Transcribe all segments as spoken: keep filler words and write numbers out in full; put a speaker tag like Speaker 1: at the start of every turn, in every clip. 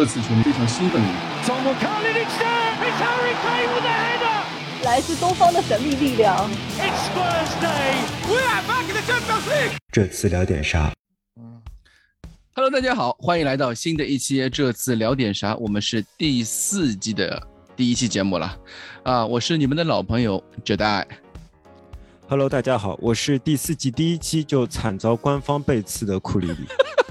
Speaker 1: 这次球迷非常兴奋。
Speaker 2: 来自东方的神秘力量。
Speaker 3: 这次聊点啥？
Speaker 1: Hello， 大家好，欢迎来到新的一期。这次聊点啥？我们是第四季的第一期节目了啊！我是你们的老朋友Jedi。
Speaker 3: Hello， 大家好，我是第四季第一期就惨遭官方背刺的库里里。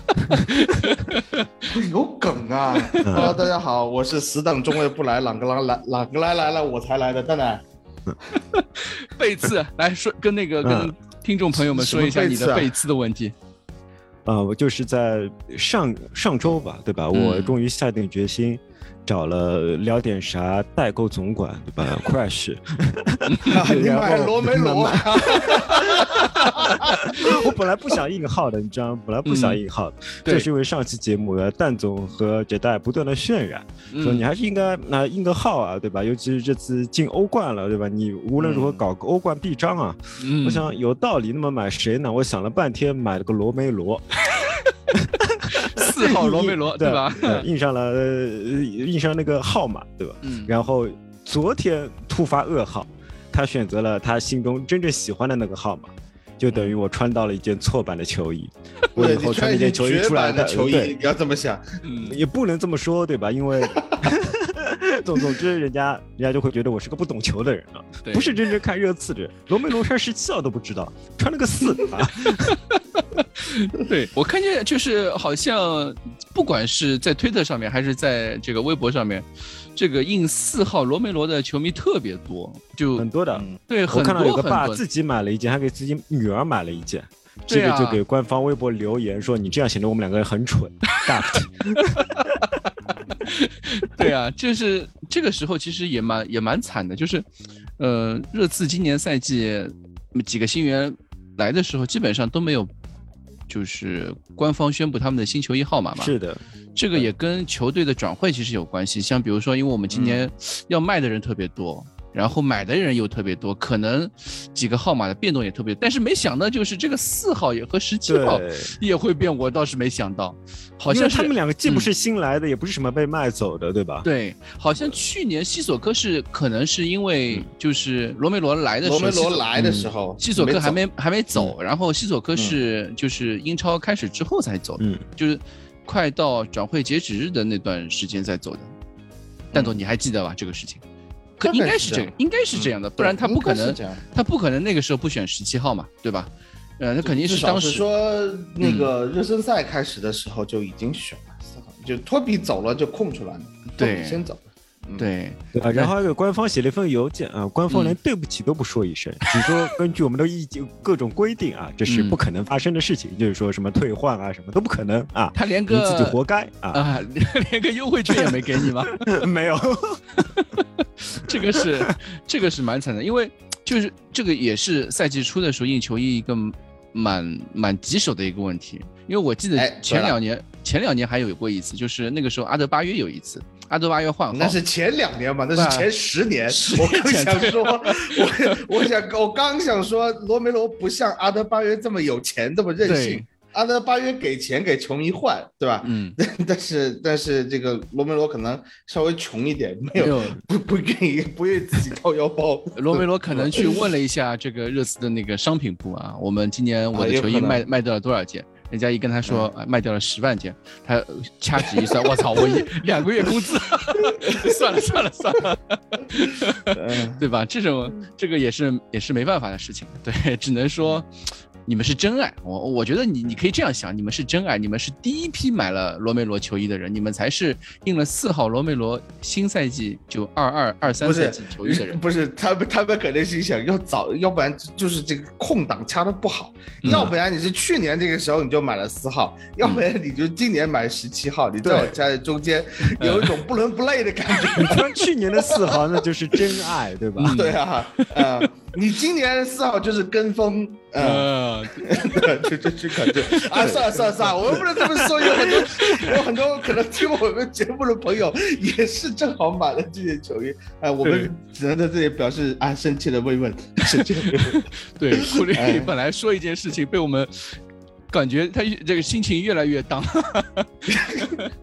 Speaker 4: 有梗啊 ！Hello， 大家好，我是死等中卫不来，朗格拉来，朗格莱来了我才来的蛋蛋。
Speaker 1: 背刺，来说跟那个跟听众朋友们说一下你的背刺的问题。
Speaker 3: 呃，我就是在上上周吧，对吧？
Speaker 1: 嗯、
Speaker 3: 我终于下定决心。找了聊点啥代购总管，对吧 ？Crash，
Speaker 4: 你买罗梅罗，
Speaker 3: 我本来不想印号的，你知道吗？本来不想印号的，嗯、就是因为上期节目蛋总和杰代不断的渲染，嗯、说你还是应该拿印个号啊，对吧？尤其是这次进欧冠了，对吧？你无论如何搞个欧冠臂章啊，嗯、我想有道理。那么买谁呢？我想了半天，买了个罗梅罗。
Speaker 1: 四号罗梅罗对吧？
Speaker 3: 对，印上了、呃、印上那个号码对吧？嗯。然后昨天突发噩耗，他选择了他心中真正喜欢的那个号码，就等于我穿到了一件错版的球衣。我以后穿一件球衣出来的
Speaker 4: 球衣，你要这么想，
Speaker 3: 嗯，也不能这么说对吧？因为总总之人家人家就会觉得我是个不懂球的人了，不是真正看热刺的人。罗梅罗穿十七号都不知道，穿了个四啊。
Speaker 1: 对，我看见就是好像不管是在推特上面还是在这个微博上面，这个印四号罗梅罗的球迷特别多，就
Speaker 3: 很多的。
Speaker 1: 嗯、对，
Speaker 3: 我看到有个爸自己买了一件，还给自己女儿买了一件，这个就给官方微博留言说、啊、你这样显得我们两个人很蠢。
Speaker 1: 对啊，就是这个时候其实也蛮也蛮惨的，就是呃，热刺今年赛季几个新援来的时候，基本上都没有。就是官方宣布他们的新球衣号码嘛，
Speaker 3: 是的，
Speaker 1: 这个也跟球队的转会其实有关系。像比如说，因为我们今年要卖的人特别多，嗯、然后买的人又特别多，可能几个号码的变动也特别多。但是没想到，就是这个四号也和十七号也会变，我倒是没想到。好像是
Speaker 3: 他们两个既不是新来的，嗯、也不是什么被卖走的，对吧？
Speaker 1: 对，好像去年西索科是可能是因为就是罗梅罗来的时候，
Speaker 4: 罗梅罗来的时候，
Speaker 1: 西索科还没还没走，嗯、然后西索科是就是英超开始之后才走的，嗯，就是快到转会截止日的那段时间才走的。蛋总，你还记得吧？这个事情，可应该是这个，应该是这样的，不然他不可能，他不可能那个时候不选十七号嘛，对吧？呃，那肯定是当时
Speaker 4: 说那个热身赛开始的时候就已经选了四号，嗯、就托比走了就空出来了，
Speaker 1: 对，
Speaker 4: 先走了。
Speaker 1: 嗯、对
Speaker 3: 对啊，然后还给官方写了一份邮件啊，官方连对不起都不说一声，嗯、只说根据我们的意见各种规定啊，这是不可能发生的事情，嗯、就是说什么退换啊什么都不可能啊，
Speaker 1: 他连个
Speaker 3: 你自己活该啊
Speaker 1: 啊，连个优惠券也没给你吗？
Speaker 3: 没有，
Speaker 1: 这个是这个是蛮惨的，因为就是这个也是赛季初的时候印球衣一个。蛮蛮棘手的一个问题，因为我记得前两年、哎、前两年还有过一次，就是那个时候阿德巴约有一次，阿德巴约换号，
Speaker 4: 那是前两年嘛，那是前十年。我刚想说，我我想我刚想说，罗梅罗不像阿德巴约这么有钱，这么任性。阿德巴约给钱给球迷换，对吧？嗯，但是但是这个罗梅罗可能稍微穷一点，没有不不愿意不愿意自己掏腰包。
Speaker 1: 罗梅罗可能去问了一下这个热刺的那个商品部啊，我们今年我的球衣卖、啊、卖掉了多少件？人家一跟他说、嗯、卖掉了十万件，他掐指一算，我操，我一两个月工资，算了算了算了，对吧？这种这个也是也是没办法的事情，对，只能说。你们是真爱，我我觉得你你可以这样想，你们是真爱，你们是第一批买了罗梅罗球衣的人，你们才是印了四号罗梅罗新赛季就二二二三赛季球衣的人。
Speaker 4: 不是，他们他们可能是想要早，要不然就是这个空档掐得不好，嗯、要不然你是去年这个时候你就买了四号，嗯、要不然你就今年买十七号，你在我家的中间有一种不伦不类的感觉。
Speaker 3: 你穿去年的四号那就是真爱，对吧？
Speaker 4: 嗯、对啊，呃，你今年的四号就是跟风。呃，对，这这感觉啊，算了算了算了，我又不能这么说，有很多有很多可能听我们节目的朋友也是正好买了这件球衣，哎、呃，我们只能在这里表示啊深切的慰问，深切的慰问。
Speaker 1: 对，库里本来说一件事情，被我们感觉他这个心情越来越荡。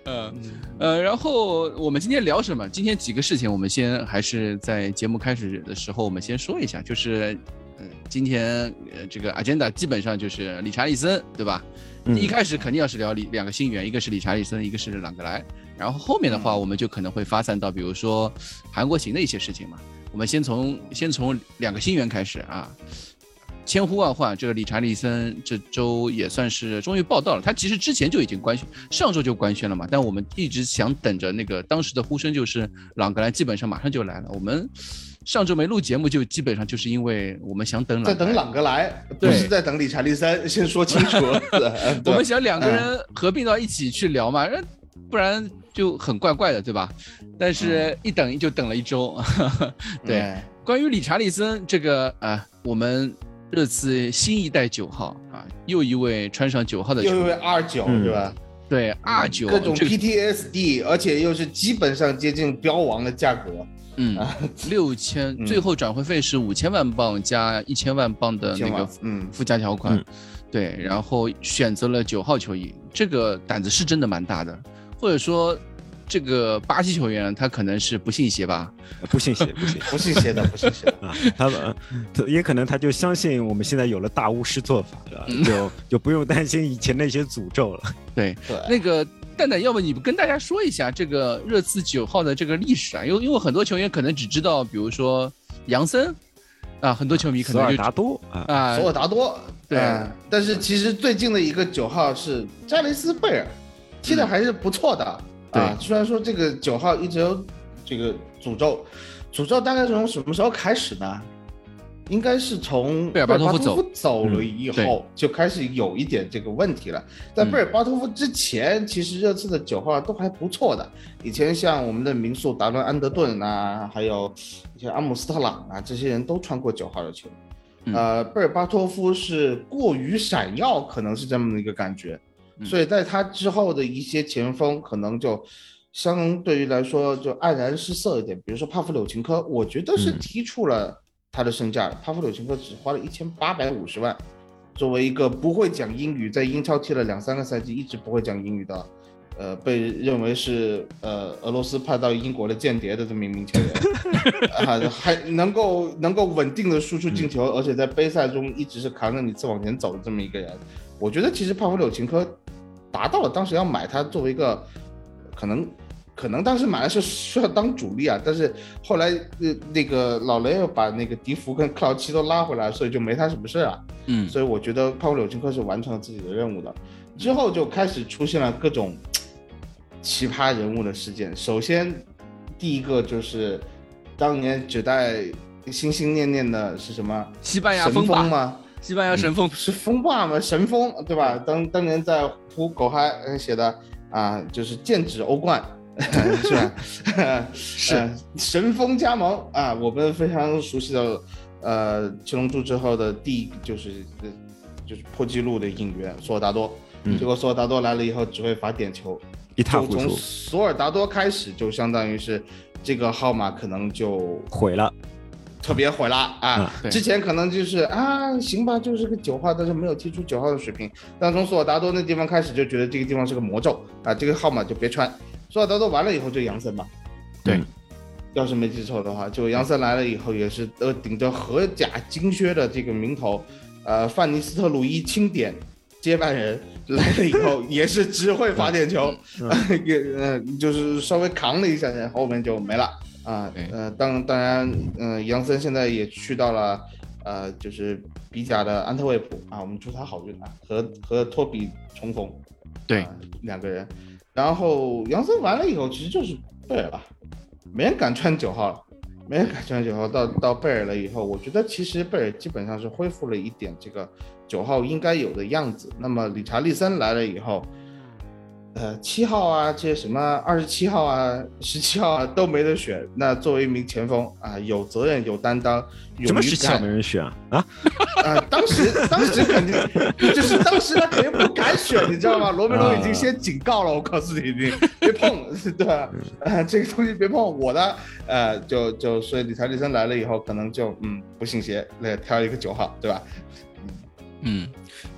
Speaker 1: 呃呃，然后我们今天聊什么？今天几个事情，我们先还是在节目开始的时候，我们先说一下，就是，呃，今天呃这个 agenda 基本上就是理查利森，对吧？嗯、一开始肯定要是聊两个新援，一个是理查利森，一个是朗格莱。然后后面的话，我们就可能会发散到，比如说韩国行的一些事情嘛。我们先从先从两个新援开始啊。千呼万唤，这个理查利森这周也算是终于报道了。他其实之前就已经官宣，上周就官宣了嘛。但我们一直想等着那个当时的呼声就是朗格莱基本上马上就来了。我们上周没录节目，就基本上就是因为我们想等朗格莱，
Speaker 4: 在等朗格莱，不是在等理查利森，先说清楚。
Speaker 1: 我们想两个人合并到一起去聊嘛，不然就很怪怪的，对吧？但是一等就等了一周。对，嗯、关于理查利森这个啊、呃，我们。这次新一代九号啊，又一位穿上九号的球员，
Speaker 4: 又一位 R 九、嗯、是吧？
Speaker 1: 对 R 九，
Speaker 4: 各种 P T S D，、这个、而且又是基本上接近标王的价格。
Speaker 1: 嗯，六千、嗯，最后转会费是五千万镑加一千万镑的那个附加条款、嗯。对，然后选择了九号球衣，这个胆子是真的蛮大的，或者说。这个巴西球员他可能是不信邪吧？
Speaker 3: 不信邪，不信
Speaker 4: 不信邪的，不信邪的啊！
Speaker 3: 他他也可能他就相信我们现在有了大巫师做法，嗯、就就不用担心以前那些诅咒了。
Speaker 1: 对，对那个蛋蛋，要不你跟大家说一下这个热刺九号的这个历史啊？因为因为很多球员可能只知道，比如说杨森啊，很多球迷可能就
Speaker 3: 索尔达多
Speaker 4: 啊，索尔达多对、嗯，但是其实最近的一个九号是加雷斯贝尔，踢的还是不错的。嗯啊，虽然说这个九号一直有这个诅咒，诅咒大概是从什么时候开始呢？应该是从贝尔巴托夫走了以后、嗯、就开始有一点这个问题了。在贝尔巴托夫之前，其实热刺的九号都还不错的。以前像我们的名宿达伦安德顿啊，还有一些阿姆斯特朗啊，这些人都穿过九号的球。呃，贝尔巴托夫是过于闪耀，可能是这么的一个感觉。所以在他之后的一些前锋可能就相对于来说就黯然失色一点，比如说帕夫柳琴科，我觉得是踢出了他的身价、嗯、帕夫柳琴科只花了一千八百五十万，作为一个不会讲英语，在英超踢了两三个赛季一直不会讲英语的，呃，被认为是呃俄罗斯派到英国的间谍的这么一名球员啊，还能够能够稳定的输出进球、嗯，而且在杯赛中一直是扛着你次往前走的这么一个人。我觉得其实帕夫柳琴科达到了当时要买他作为一个可能可能当时买的是需要当主力啊，但是后来、呃、那个老雷又把那个迪福跟克劳奇都拉回来，所以就没他什么事啊。嗯，所以我觉得帕夫柳琴科是完成了自己的任务的。之后就开始出现了各种奇葩人物的事件。首先第一个就是当年只带心心念念的是什么？
Speaker 1: 西班牙风暴吗？西班牙神锋、嗯、
Speaker 4: 是风霸吗？神锋对吧？当当年在胡狗嗨写的啊，就是剑指欧冠，是吧？是、呃、神锋加盟啊，我们非常熟悉的呃七龙珠之后的第一就是就是破纪录的引援索尔达多、嗯，结果索尔达多来了以后只会罚点球，
Speaker 3: 一塌糊涂。
Speaker 4: 从索尔达多开始就相当于是这个号码可能就
Speaker 3: 毁了。
Speaker 4: 特别毁了啊、嗯！之前可能就是啊，行吧，就是个九号，但是没有踢出九号的水平。但从索尔达多那地方开始，就觉得这个地方是个魔咒啊，这个号码就别穿。索尔达多完了以后就杨森嘛，
Speaker 1: 对、嗯，
Speaker 4: 要是没记错的话，就杨森来了以后也是呃顶着荷甲金靴的这个名头，呃，范尼斯特鲁伊钦点接班人来了以后也是只会罚点球，嗯嗯、也呃就是稍微扛了一下，后面就没了。啊，呃，当当然，嗯、呃，杨森现在也去到了，呃，就是比甲的安特卫普啊，我们祝他好运啊，和和托比重逢，
Speaker 1: 对，
Speaker 4: 呃、两个人，然后杨森完了以后，其实就是贝尔了，没人敢穿九号了，没人敢穿九号，到到贝尔了以后，我觉得其实贝尔基本上是恢复了一点这个九号应该有的样子。那么理查利森来了以后。呃，七号啊，这些什么二十七号啊、十七号啊都没得选。那作为一名前锋啊，有责任、有担当，
Speaker 3: 什么十七号没人选啊？啊，
Speaker 4: 呃，当时当时肯定就是当时他肯定不敢选，你知道吗？罗梅罗已经先警告了，我告诉你，你别碰，对吧？呃，这个东西别碰我的。呃，就就所以理查利森来了以后，可能就嗯不信邪，来挑一个九号，对吧？
Speaker 1: 嗯，对。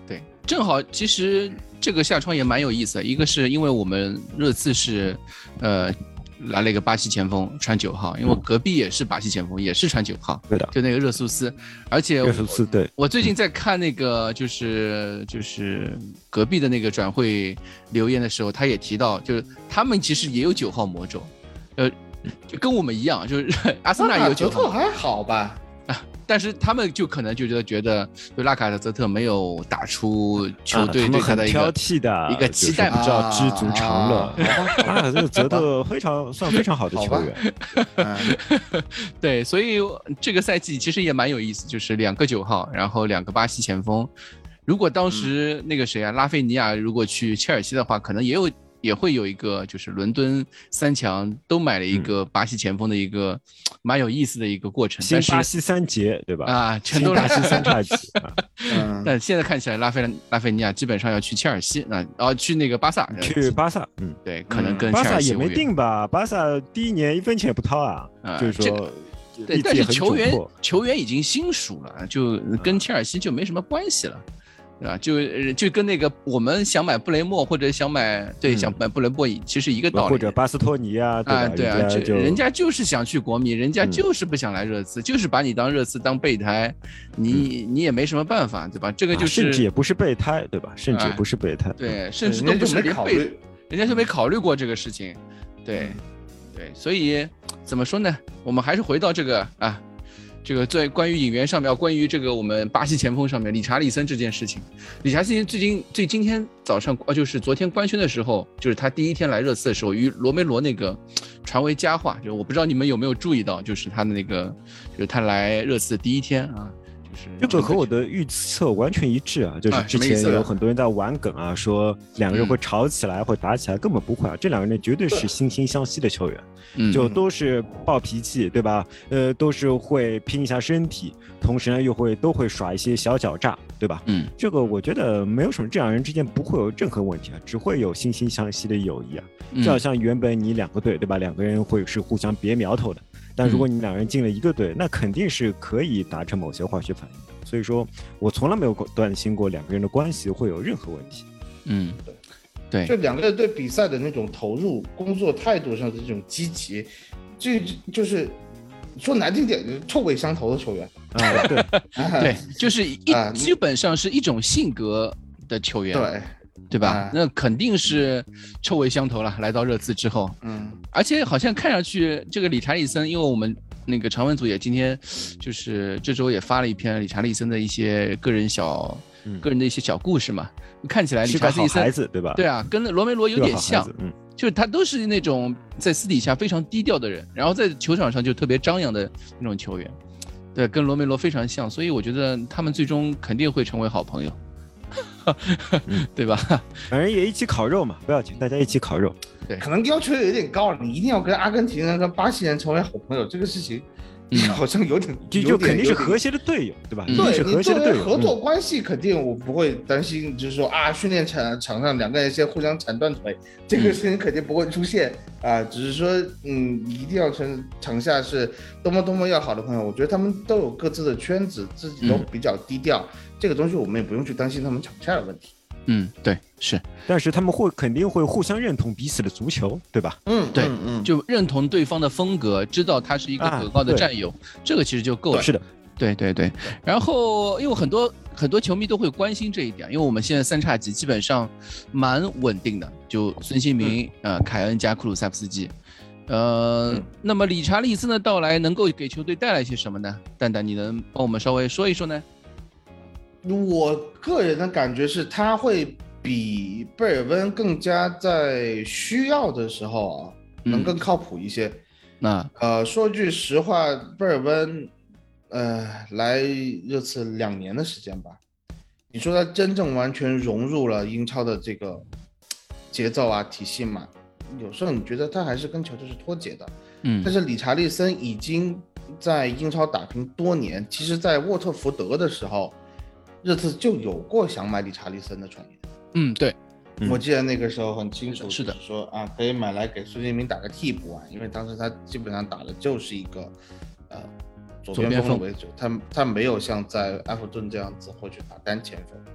Speaker 1: 正好其实这个下窗也蛮有意思的，一个是因为我们热刺是呃。来了一个巴西前锋穿九号，因为我隔壁也是巴西前锋，也是穿九号，
Speaker 3: 对的，
Speaker 1: 就那个热苏斯，而且
Speaker 3: 热苏斯对，
Speaker 1: 我最近在看那个就是就是隔壁的那个转会留言的时候，他也提到，就是他们其实也有九号魔咒，呃，就跟我们一样，就是阿森纳也有九号，
Speaker 4: 还好吧。
Speaker 1: 但是他们就可能就觉得觉得，就拉卡泽特没有打出球队对他的一个、
Speaker 3: 啊、挑剔的
Speaker 1: 一个期待，
Speaker 3: 不知道知足常乐。拉卡泽特非常算非常好的球员，
Speaker 1: 嗯、对，所以这个赛季其实也蛮有意思，就是两个九号，然后两个巴西前锋。如果当时那个谁啊，拉菲尼亚如果去切尔西的话，可能也有。也会有一个就是伦敦三强都买了一个巴西前锋的一个蛮有意思的一个过程，
Speaker 3: 新巴西三杰对吧？
Speaker 1: 啊，全都
Speaker 3: 巴西三叉戟。
Speaker 1: 嗯，但现在看起来拉菲拉菲尼亚基本上要去切尔西，那啊去那个巴萨，
Speaker 3: 去巴萨，嗯，
Speaker 1: 对，可能跟
Speaker 3: 巴萨也没定吧？巴萨第一年一分钱也不掏啊，
Speaker 1: 啊
Speaker 3: 就是说。
Speaker 1: 对，但是球员球员已经新熟了，就跟切尔西就没什么关系了。对吧？就就跟那个我们想买布雷默或者想买对、嗯、想买布雷默其实一个道理，
Speaker 3: 或者巴斯托尼啊，对吧？
Speaker 1: 啊对啊，
Speaker 3: 人家就
Speaker 1: 人家就是想去国米，人家就是不想来热刺，嗯、就是把你当热刺当备胎，你、嗯、你也没什么办法，对吧？这个就是、
Speaker 3: 啊、甚至也不是备胎，对吧？甚至也不是备胎，
Speaker 1: 啊、对，甚至都不是连备，人家就没考虑过这个事情，对、嗯、对，所以怎么说呢？我们还是回到这个啊。这个在关于引援上面，关于这个我们巴西前锋上面，理查利森这件事情，理查利森最近最今天早上，呃，就是昨天官宣的时候，就是他第一天来热刺的时候，与罗梅罗那个传为佳话，就我不知道你们有没有注意到，就是他的那个，就是他来热刺的第一天啊。
Speaker 3: 这个和我的预测完全一致啊！就是之前有很多人在玩梗啊，说两个人会吵起来、会打起来，根本不会啊！这两个人绝对是惺惺相惜的球员，
Speaker 1: 嗯，
Speaker 3: 就都是暴脾气，对吧？呃，都是会拼一下身体，同时呢又会都会耍一些小狡诈，对吧？
Speaker 1: 嗯，
Speaker 3: 这个我觉得没有什么，这两人之间不会有任何问题啊，只会有惺惺相惜的友谊啊。就好像原本你两个队，对吧？两个人会是互相别苗头的。但如果你两人进了一个队，那肯定是可以达成某些化学反应的。所以说我从来没有担心过两个人的关系会有任何问题。
Speaker 1: 嗯，对，
Speaker 4: 就两个人对比赛的那种投入、工作态度上的这种积极，这就是说难听点，就是臭味相投的球员
Speaker 3: 啊。对，
Speaker 1: 对，就是一、啊、基本上是一种性格的球员。
Speaker 4: 对。
Speaker 1: 对吧、啊？那肯定是臭味相投了。来到热刺之后，
Speaker 4: 嗯，
Speaker 1: 而且好像看上去这个理查利森，因为我们那个长文组也今天就是这周也发了一篇理查利森的一些个人小、嗯、个人的一些小故事嘛。看起来理查利森
Speaker 3: 是个好孩子，对吧？
Speaker 1: 对啊，跟罗梅罗有点像，
Speaker 3: 嗯，
Speaker 1: 就是他都是那种在私底下非常低调的人，然后在球场上就特别张扬的那种球员，对，跟罗梅罗非常像，所以我觉得他们最终肯定会成为好朋友。对吧？
Speaker 3: 反正也一起烤肉嘛，不要紧，大家一起烤肉。
Speaker 1: 对，
Speaker 4: 可能要求有点高了，你一定要跟阿根廷人、跟巴西人成为好朋友，这个事情好像有点，
Speaker 3: 就就肯定是和谐的队友，对吧？
Speaker 4: 对，
Speaker 3: 是和谐的队友，
Speaker 4: 合作关系肯定我不会担心，就是说啊，训练场场上两个人先互相缠断腿，这个事情肯定不会出现啊。只是说，嗯，一定要成场下是多么多么要好的朋友。我觉得他们都有各自的圈子，自己都比较低调。这个东西我们也不用去担心他们场下的问题。
Speaker 1: 嗯，对，是，
Speaker 3: 但是他们会肯定会互相认同彼此的足球，对吧？
Speaker 1: 嗯，对，嗯嗯，就认同对方的风格，知道他是一个可靠的战友，啊、这个其实就够了。
Speaker 3: 是的，
Speaker 1: 对对对。然后，因为很多很多球迷都会关心这一点，因为我们现在三叉戟基本上蛮稳定的，就孙兴民、嗯、呃凯恩加库鲁塞夫斯基。呃、嗯，那么理查利森的到来能够给球队带来些什么呢？蛋蛋，你能帮我们稍微说一说呢？
Speaker 4: 我个人的感觉是，他会比贝尔温更加在需要的时候啊，能更靠谱一些。
Speaker 1: 嗯、那
Speaker 4: 呃，说句实话，贝尔温呃来热刺两年的时间吧，你说他真正完全融入了英超的这个节奏啊体系嘛，有时候你觉得他还是跟球队是脱节的。
Speaker 1: 嗯，
Speaker 4: 但是理查利森已经在英超打拼多年，其实在沃特福德的时候，热刺就有过想买理查利森的传言。
Speaker 1: 嗯，对，
Speaker 4: 我记得那个时候很清楚，
Speaker 1: 是的，
Speaker 4: 就是说啊，可以买来给孙兴民打个替补啊，因为当时他基本上打的就是一个呃左边锋的为主，他他没有像在埃弗顿这样子会去打单前锋，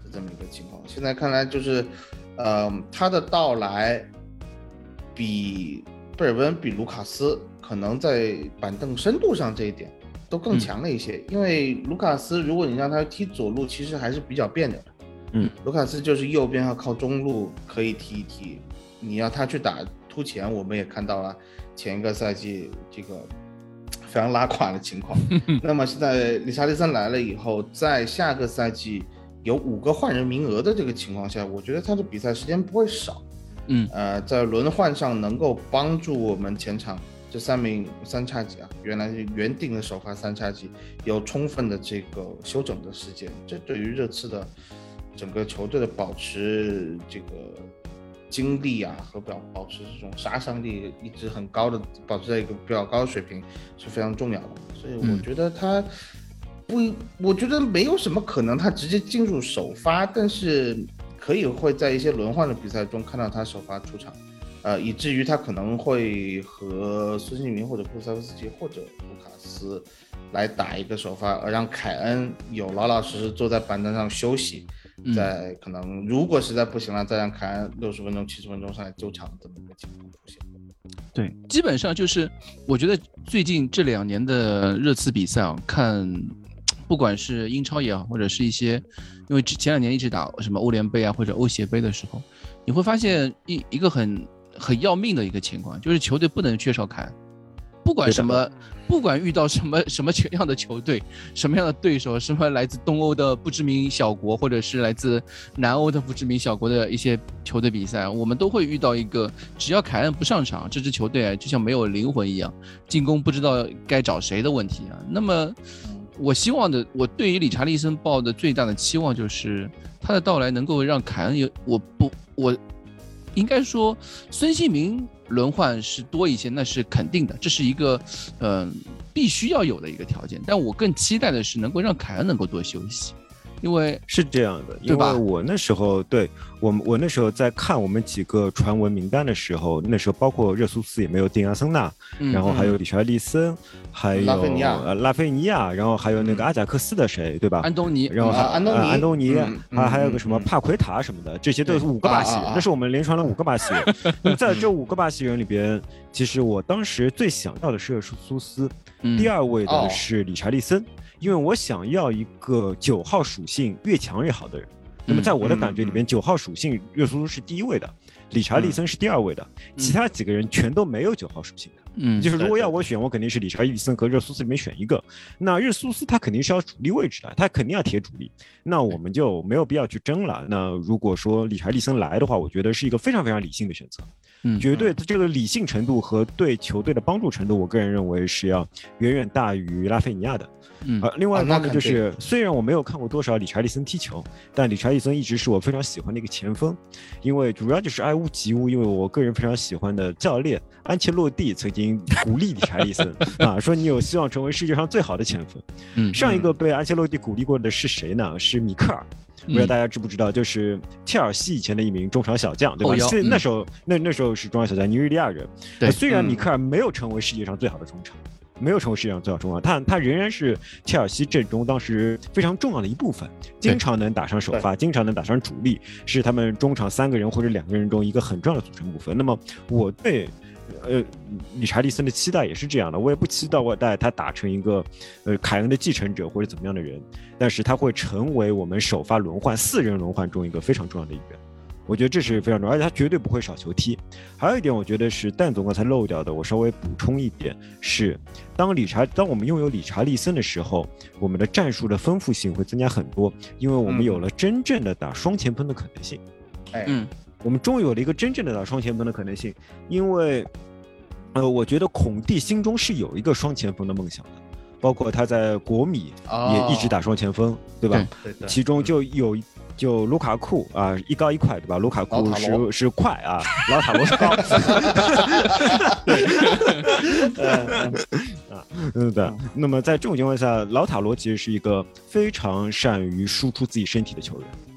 Speaker 4: 这么一个情况。现在看来就是，呃，他的到来比贝尔温、比卢卡斯可能在板凳深度上这一点都更强了一些。嗯、因为卢卡斯，如果你让他踢左路，其实还是比较别扭的。
Speaker 3: 嗯，
Speaker 4: 卢卡斯就是右边要靠中路可以踢一踢，你要他去打突前，我们也看到了前一个赛季这个非常拉垮的情况。那么现在理查利森来了以后，在下个赛季有五个换人名额的这个情况下，我觉得他的比赛时间不会少。
Speaker 1: 嗯，
Speaker 4: 呃，在轮换上能够帮助我们前场这三名三叉戟啊，原来是原定的首发三叉戟有充分的这个休整的时间，这对于热刺的整个球队的保持这个精力啊和保保持这种杀伤力一直很高的，保持在一个比较高的水平是非常重要的。所以我觉得他不，嗯、我觉得没有什么可能他直接进入首发，但是可以会在一些轮换的比赛中看到他首发出场，呃，以至于他可能会和孙兴民或者库塞夫斯基或者卢卡斯来打一个首发，而让凯恩有老老实实坐在板凳上休息。在可能如果实在不行了，再让凯恩六十分钟、七十分钟上来救场这么一个情况出现。
Speaker 1: 对，基本上就是我觉得最近这两年的热刺比赛啊，看不管是英超也好，或者是一些，因为前两年一直打什么欧联杯啊或者欧协杯的时候，你会发现一一个很很要命的一个情况，就是球队不能缺少凯恩，不管什么。不管遇到什么什么样的球队，什么样的对手，什么来自东欧的不知名小国，或者是来自南欧的不知名小国的一些球队比赛，我们都会遇到一个，只要凯恩不上场，这支球队就像没有灵魂一样，进攻不知道该找谁的问题啊。那么，我希望的，我对于理查利森抱的最大的期望就是他的到来能够让凯恩有，我不，我应该说孙兴民。轮换是多一些，那是肯定的，这是一个，嗯、呃，必须要有的一个条件。但我更期待的是能够让凯恩能够多休息，因为
Speaker 3: 是这样的，因为我那时候对我我那时候在看我们几个传闻名单的时候，那时候包括热苏斯也没有定阿森纳，嗯、然后还有理查利森，还有
Speaker 4: 拉菲尼亚，
Speaker 3: 呃拉菲尼亚，然后还有那个阿贾克斯的谁，对吧？
Speaker 1: 安东尼，
Speaker 3: 然后还、
Speaker 4: 啊、安东尼，
Speaker 3: 呃、安东尼，还、
Speaker 4: 嗯、
Speaker 3: 还有个什么帕奎塔什么的，这些都是五个巴西人，那是我们连传了五个巴西人。那么在这五个巴西人里边，其实我当时最想要的是热苏斯，嗯、第二位的是理查利森。哦，因为我想要一个九号属性越强越好的人，那么在我的感觉里边，九、嗯、号属性热苏斯是第一位的，理查利森是第二位的，嗯、其他几个人全都没有九号属性的。嗯，就是如果要我选，我肯定是理查利森和热苏斯里面选一个。那热苏斯他肯定是要主力位置的，他肯定要铁主力，那我们就没有必要去争了。那如果说理查利森来的话，我觉得是一个非常非常理性的选择。嗯，绝对这个理性程度和对球队的帮助程度，我个人认为是要远远大于拉菲尼亚的。嗯，呃，另外一方面就是，啊、虽然我没有看过多少理查利森踢球，但理查利森一直是我非常喜欢的一个前锋，因为主要就是爱屋及乌，因为我个人非常喜欢的教练安切洛蒂曾经鼓励理查利森啊，说你有希望成为世界上最好的前锋。嗯，上一个被安切洛蒂鼓励过的是谁呢？是米克尔。不知道大家知不知道，就是切尔西以前的一名中场小将，对吧？哦嗯、那时候那那时候是中场小将，尼日利亚人。对，虽然米克尔没有成为世界上最好的中场，嗯、没有成为世界上最好的中场，他他仍然是切尔西阵中当时非常重要的一部分，经常能打上首发，经常能打上主力，是他们中场三个人或者两个人中一个很重要的组成部分。那么我对。呃，理查利森的期待也是这样的，我也不期待我带他打成一个呃凯恩的继承者或者怎么样的人，但是他会成为我们首发轮换四人轮换中一个非常重要的一员，我觉得这是非常重要，而且他绝对不会少球踢。还有一点，我觉得是蛋总刚才漏掉的，我稍微补充一点是，当理查当我们拥有理查利森的时候，我们的战术的丰富性会增加很多，因为我们有了真正的打双前锋的可能性。
Speaker 4: 哎，嗯。
Speaker 3: 我们终于有了一个真正的打双前锋的可能性，因为，呃，我觉得孔蒂心中是有一个双前锋的梦想的，包括他在国米也一直打双前锋，哦、对吧？
Speaker 4: 对对。
Speaker 3: 其中就有就卢卡库啊，一高一快，对吧？卢卡库是是快啊，老塔罗是高。啊，嗯的。那么在这种情况下，老塔罗其实是一个非常善于输出自己身体的球员。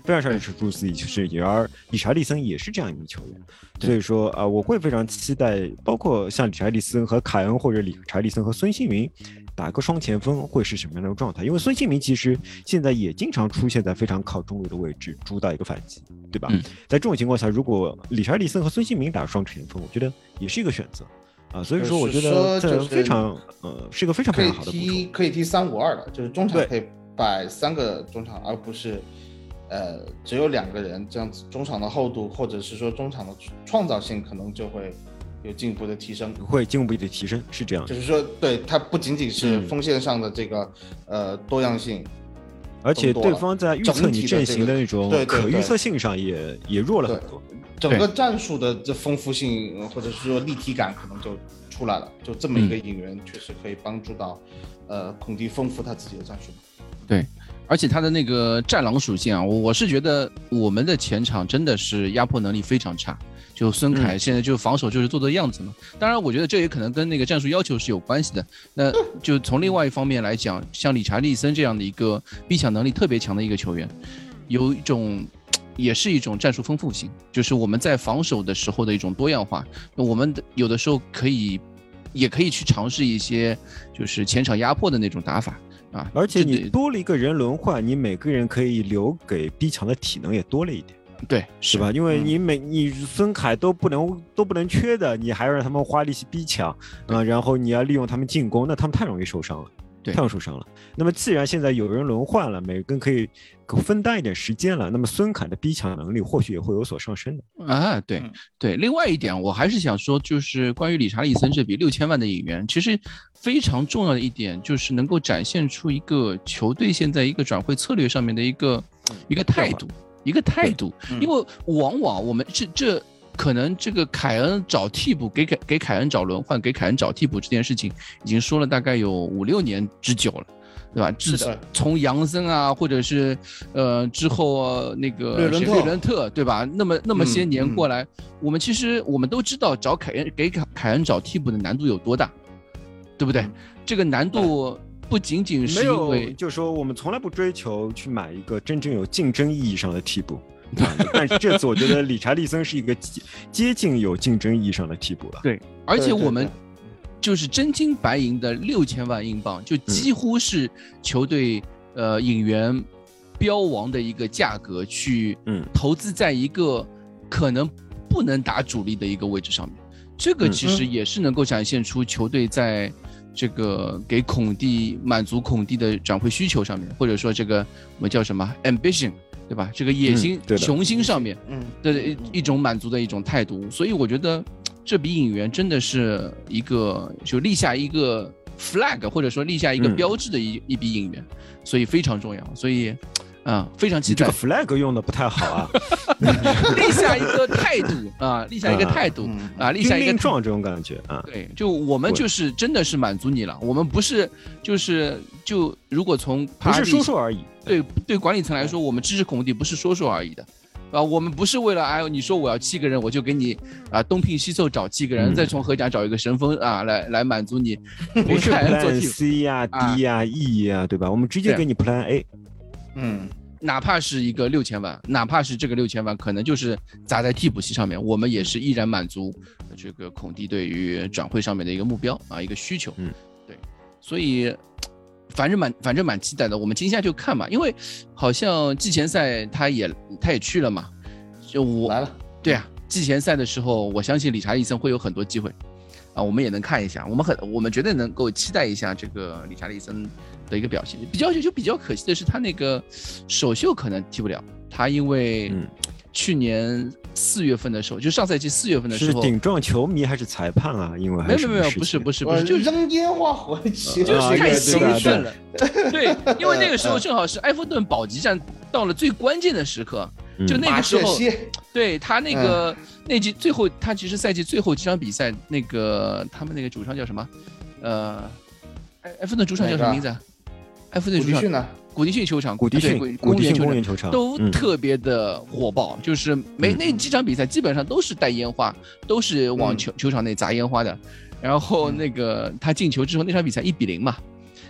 Speaker 3: 非常少是蛛丝是鱼，而理查利森也是这样一名球员，所以说啊、呃，我会非常期待，包括像理查利森和凯恩，或者理查利森和孙兴民打个双前锋会是什么样的状态？因为孙兴民其实现在也经常出现在非常靠中路的位置，主导一个反击，对吧？嗯、在这种情况下，如果理查利森和孙兴民打双前锋，我觉得也是一个选择。啊，所以说我觉得这非常呃是一个非常非常好的
Speaker 4: 可以踢可以踢三五二的，就是中场可以摆三个中场，而不是呃只有两个人这样子，中场的厚度或者是说中场的创造性可能就会有进一步的提升，
Speaker 3: 会进一步的提升，是这样。
Speaker 4: 就是说，对它不仅仅是锋线上的这个、嗯、呃多样性，
Speaker 3: 而且对方在预测你阵型的那种可预测性上也、这个、也弱了很多。
Speaker 4: 整个战术的这丰富性或者是说立体感可能就出来了，就这么一个引援确实可以帮助到、嗯、呃孔蒂丰富他自己的战术。
Speaker 1: 对，而且他的那个战狼属性啊，我是觉得我们的前场真的是压迫能力非常差，就孙凯现在就防守就是做做样子嘛、嗯、当然我觉得这也可能跟那个战术要求是有关系的。那就从另外一方面来讲，像理查利森这样的一个逼抢能力特别强的一个球员，有一种也是一种战术丰富性，就是我们在防守的时候的一种多样化。我们有的时候可以也可以去尝试一些就是前场压迫的那种打法啊。
Speaker 3: 而且你多了一个人轮换，你每个人可以留给逼抢的体能也多了一点，
Speaker 1: 对，
Speaker 3: 是吧？因为你每你孙凯都不能都不能缺的，你还要让他们花力气逼抢啊，然后你要利用他们进攻，那他们太容易受伤了。太容易受伤了。那么既然现在有人轮换了，每个人可以分担一点时间了，那么孙凯的逼抢能力或许也会有所上升的
Speaker 1: 啊。对对，另外一点我还是想说，就是关于理查利森这笔六千万的引援，其实非常重要的一点就是能够展现出一个球队现在一个转会策略上面的一个、嗯、一个态度，一个态度，嗯、因为往往我们这这。可能这个凯恩找替补，给给给凯恩找轮换，给凯恩找替补这件事情，已经说了大概有五六年之久了，对吧？至少从杨森啊，或者是呃之后、啊、那个
Speaker 4: 略
Speaker 1: 伦特，对吧？那么那么些年过来，嗯嗯、我们其实我们都知道找凯恩给凯恩找替补的难度有多大，对不对？嗯、这个难度不仅仅是因为，
Speaker 3: 就是说我们从来不追求去买一个真正有竞争意义上的替补。但是这次我觉得理查利森是一个接近有竞争意义上的替补了。
Speaker 1: 对，而且我们就是真金白银的六千万英镑，就几乎是球队呃引援标王的一个价格去投资在一个可能不能打主力的一个位置上面。这个其实也是能够展现出球队在这个给孔蒂满足孔蒂的转会需求上面，或者说这个我们叫什么 ambition。对吧？这个野心、嗯、雄心上面的一种满足的一种态度，所以我觉得这笔引援真的是一个就立下一个 flag， 或者说立下一个标志的一、嗯、一笔引援，所以非常重要。所以啊、嗯，非常期待。
Speaker 3: 这个 flag 用的不太好啊，
Speaker 1: 立下一个态度啊，立下一个态度、嗯、啊，立下一个
Speaker 3: 壮这种感觉啊。
Speaker 1: 对，就我们就是真的是满足你了，我们不是就是就如果从
Speaker 3: 不是说说而已。
Speaker 1: 对对，管理层来说，我们支持孔蒂不是说说而已的，啊，我们不是为了哎，你说我要七个人，我就给你啊东拼西凑找七个人，嗯、再从荷甲找一个神锋啊来来满足你。
Speaker 3: 不是 Plan C 呀、D 呀、E 呀，对吧？我们直接给你 Plan A。
Speaker 1: 嗯，哪怕是一个六千万，哪怕是这个六千万，可能就是砸在替补席上面，我们也是依然满足这个孔蒂对于转会上面的一个目标啊，一个需求。嗯，对，所以。反正蛮反正蛮期待的，我们今夏就看嘛，因为好像季前赛他也他也去了嘛，就我
Speaker 4: 来了，
Speaker 1: 对啊，季前赛的时候，我相信理查利森会有很多机会，啊，我们也能看一下，我们很我们绝对能够期待一下这个理查利森的一个表现。比较就比较可惜的是他那个首秀可能踢不了，他因为去年四月份的时候，就上赛季四月份的时候，
Speaker 3: 是顶撞球迷还是裁判啊？因为
Speaker 1: 没有没有没有，不是不是不是，
Speaker 4: 就是扔烟花回去，
Speaker 1: 就是太兴奋了。对，因为那个时候正好是埃弗顿保级战到了最关键的时刻，就那个时候，对他那个那季最后，他其实赛季最后几场比赛，那个他们那个主场叫什么？呃，埃弗顿主场叫什么名字啊？埃弗顿主场呢？古迪逊球场，
Speaker 3: 古迪逊
Speaker 1: 公园
Speaker 3: 公园球场
Speaker 1: 都特别的火爆，就是每那几场比赛基本上都是带烟花，都是往球球场内砸烟花的。然后那个他进球之后，那场比赛一比零嘛，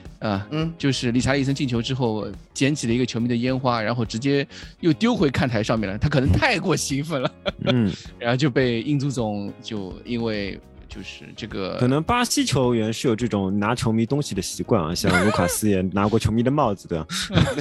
Speaker 1: 啊，嗯，就是理查利森进球之后捡起了一个球迷的烟花，然后直接又丢回看台上面了。他可能太过兴奋了，嗯，然后就被英足总就因为就是这个，
Speaker 3: 可能巴西球员是有这种拿球迷东西的习惯啊，像卢卡斯也拿过球迷的帽子，对吧？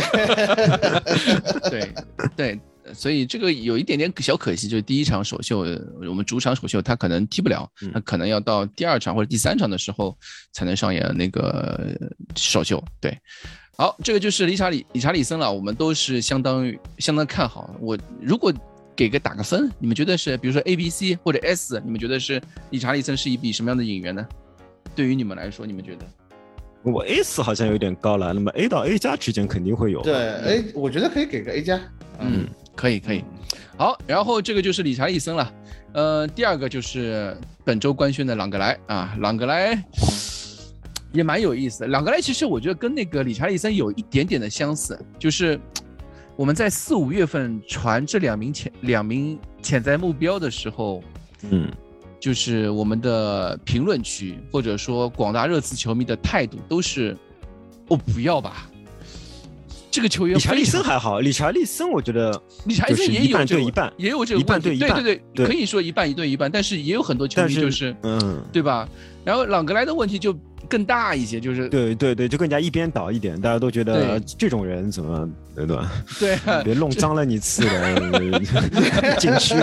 Speaker 1: 对对。所以这个有一点点小可惜，就是第一场首秀，我们主场首秀他可能踢不了，他可能要到第二场或者第三场的时候才能上演那个首秀。对，好，这个就是理查理理查利森了，我们都是相当于相当看好。我如果给个打个分，你们觉得是比如说 A、B、C 或者 S， 你们觉得是理查利森是一笔什么样的引援呢？对于你们来说，你们觉得？
Speaker 3: 我 S 好像有点高了，那么 A 到 A 加之间肯定会有。
Speaker 4: 对 ，A 我觉得可以给个 A 加。
Speaker 1: 嗯，可以可以。好，然后这个就是理查利森了。呃，第二个就是本周官宣的朗格莱啊，朗格莱也蛮有意思的。朗格莱其实我觉得跟那个理查利森有一点点的相似，就是我们在四五月份传这两名潜两名潜在目标的时候，嗯。就是我们的评论区或者说广大热刺球迷的态度都是，哦不要吧，这个球员
Speaker 3: 理查利森还好，理查利森我觉得
Speaker 1: 理查利森也有
Speaker 3: 一半对一半，
Speaker 1: 也有这个
Speaker 3: 一半对一半，
Speaker 1: 对对对，可以说一半一对一半，但是也有很多球迷就是嗯，对吧？然后朗格莱的问题就更大一些，就是
Speaker 3: 对对对，就更加一边倒一点，大家都觉得这种人怎么对吧？
Speaker 1: 对，
Speaker 3: 别弄脏了你刺的禁区。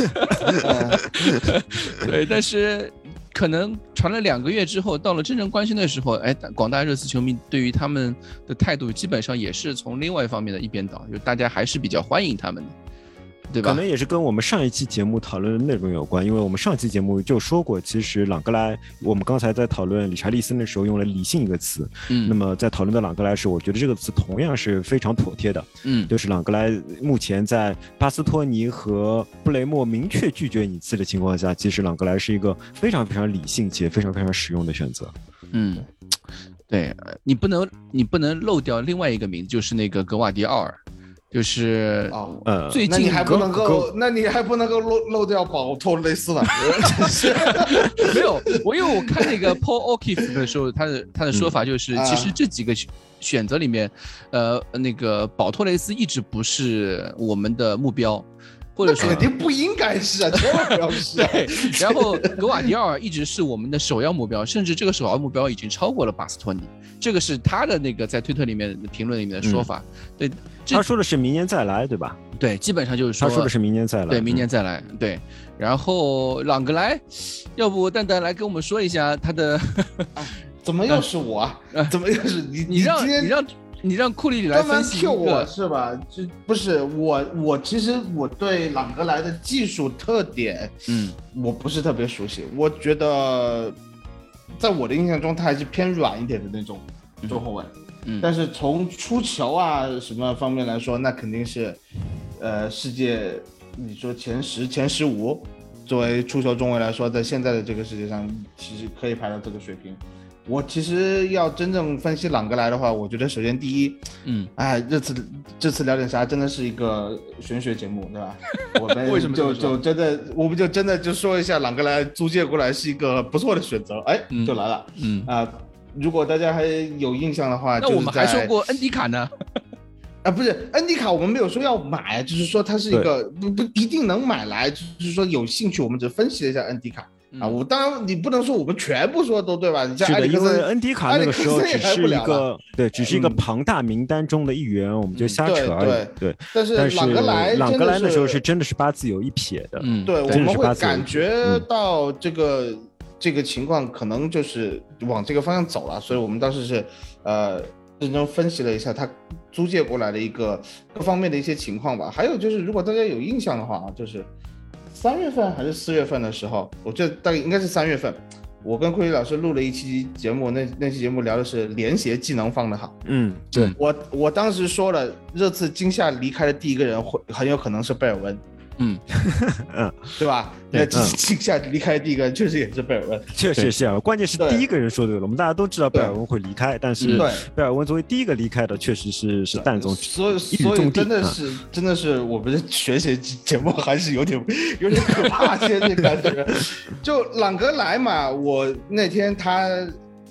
Speaker 1: 对，但是可能传了两个月之后，到了真正官宣的时候，哎，广大热刺球迷对于他们的态度基本上也是从另外一方面的一边倒，就大家还是比较欢迎他们的。对吧？
Speaker 3: 可能也是跟我们上一期节目讨论的内容有关，因为我们上期节目就说过，其实朗格莱，我们刚才在讨论理查利森的时候用了理性一个词，嗯，那么在讨论到朗格莱时，我觉得这个词同样是非常妥帖的，嗯，就是朗格莱目前在巴斯托尼和布雷默明确拒绝你刺的情况下，其实朗格莱是一个非常非常理性且非常非常实用的选择，
Speaker 1: 嗯，对，你不能你不能漏掉另外一个名字，就是那个格瓦迪奥尔。就是
Speaker 4: 哦，呃，最近那你还不能够，那你还不能够漏漏掉保托雷斯了，
Speaker 1: 没有，我因为我看那个 Paul O'Keefe 的时候，他的他的说法就是，嗯、其实这几个选择里面，呃，那个保托雷斯一直不是我们的目标。或者说
Speaker 4: 肯定不应该是啊，千万不要是、啊。
Speaker 1: 对，然后格瓦迪奥尔一直是我们的首要目标，甚至这个首要目标已经超过了巴斯托尼，这个是他的那个在推特里面的评论里面的说法。嗯、对，
Speaker 3: 他说的是明年再来，对吧？
Speaker 1: 对，基本上就是说
Speaker 3: 他说的是明年再来，
Speaker 1: 对，明年再来。嗯、对，然后朗格莱，要不蛋蛋来跟我们说一下他的？
Speaker 4: 啊、怎么又是我、啊？啊、怎么又是你？
Speaker 1: 你让你让。你让库里里来分析一个，
Speaker 4: 我是吧？就不是我，我其实我对朗格莱的技术特点，嗯，我不是特别熟悉。我觉得，在我的印象中，他还是偏软一点的那种中后卫。嗯，但是从出球啊什么方面来说，那肯定是，呃，世界你说前十、前十五，作为出球中卫来说，在现在的这个世界上，其实可以排到这个水平。我其实要真正分析朗格莱的话，我觉得首先第一，嗯，哎，这次这次聊点啥真的是一个玄学节目，对吧？我们为什么就就真的，我们就真的就说一下朗格莱租借过来是一个不错的选择，哎，就来了，嗯啊、呃，如果大家还有印象的话，
Speaker 1: 那我们还说过恩迪卡呢。
Speaker 4: 啊，不是恩迪卡，我们没有说要买，就是说它是一个不不一定能买来，就是说有兴趣，我们只分析了一下恩迪卡。啊，我当然你不能说我们全部说都对吧？你像埃里克森，
Speaker 3: 因为恩迪卡那个时候只是一个对，只是一个庞大名单中的一员，嗯、我们就瞎扯而已。对，
Speaker 4: 对对但是朗格莱，
Speaker 3: 朗格莱那时候是真的是八字有一撇的。
Speaker 4: 嗯，对，我们会感觉到这个、嗯、这个情况可能就是往这个方向走了，所以我们当时是呃认真分析了一下他租借过来的一个各方面的一些情况吧。还有就是，如果大家有印象的话啊，就是。三月份还是四月份的时候，我觉得大概应该是三月份，我跟库里老师录了一期节目，那那期节目聊的是联协技能放得好。嗯，对，我我当时说了，热刺今夏离开的第一个人会很有可能是贝尔温。嗯嗯，对吧？那今夏离开的第一个人确实也是贝尔温，
Speaker 3: 确实是啊。关键是第一个人说对了，我们大家都知道贝尔温会离开，但是贝尔温作为第一个离开的，确实是是蛋总，
Speaker 4: 所以所以真的是、啊、真的是我们的学习节目还是有点有点可怕，现在感觉。就朗格莱嘛，我那天他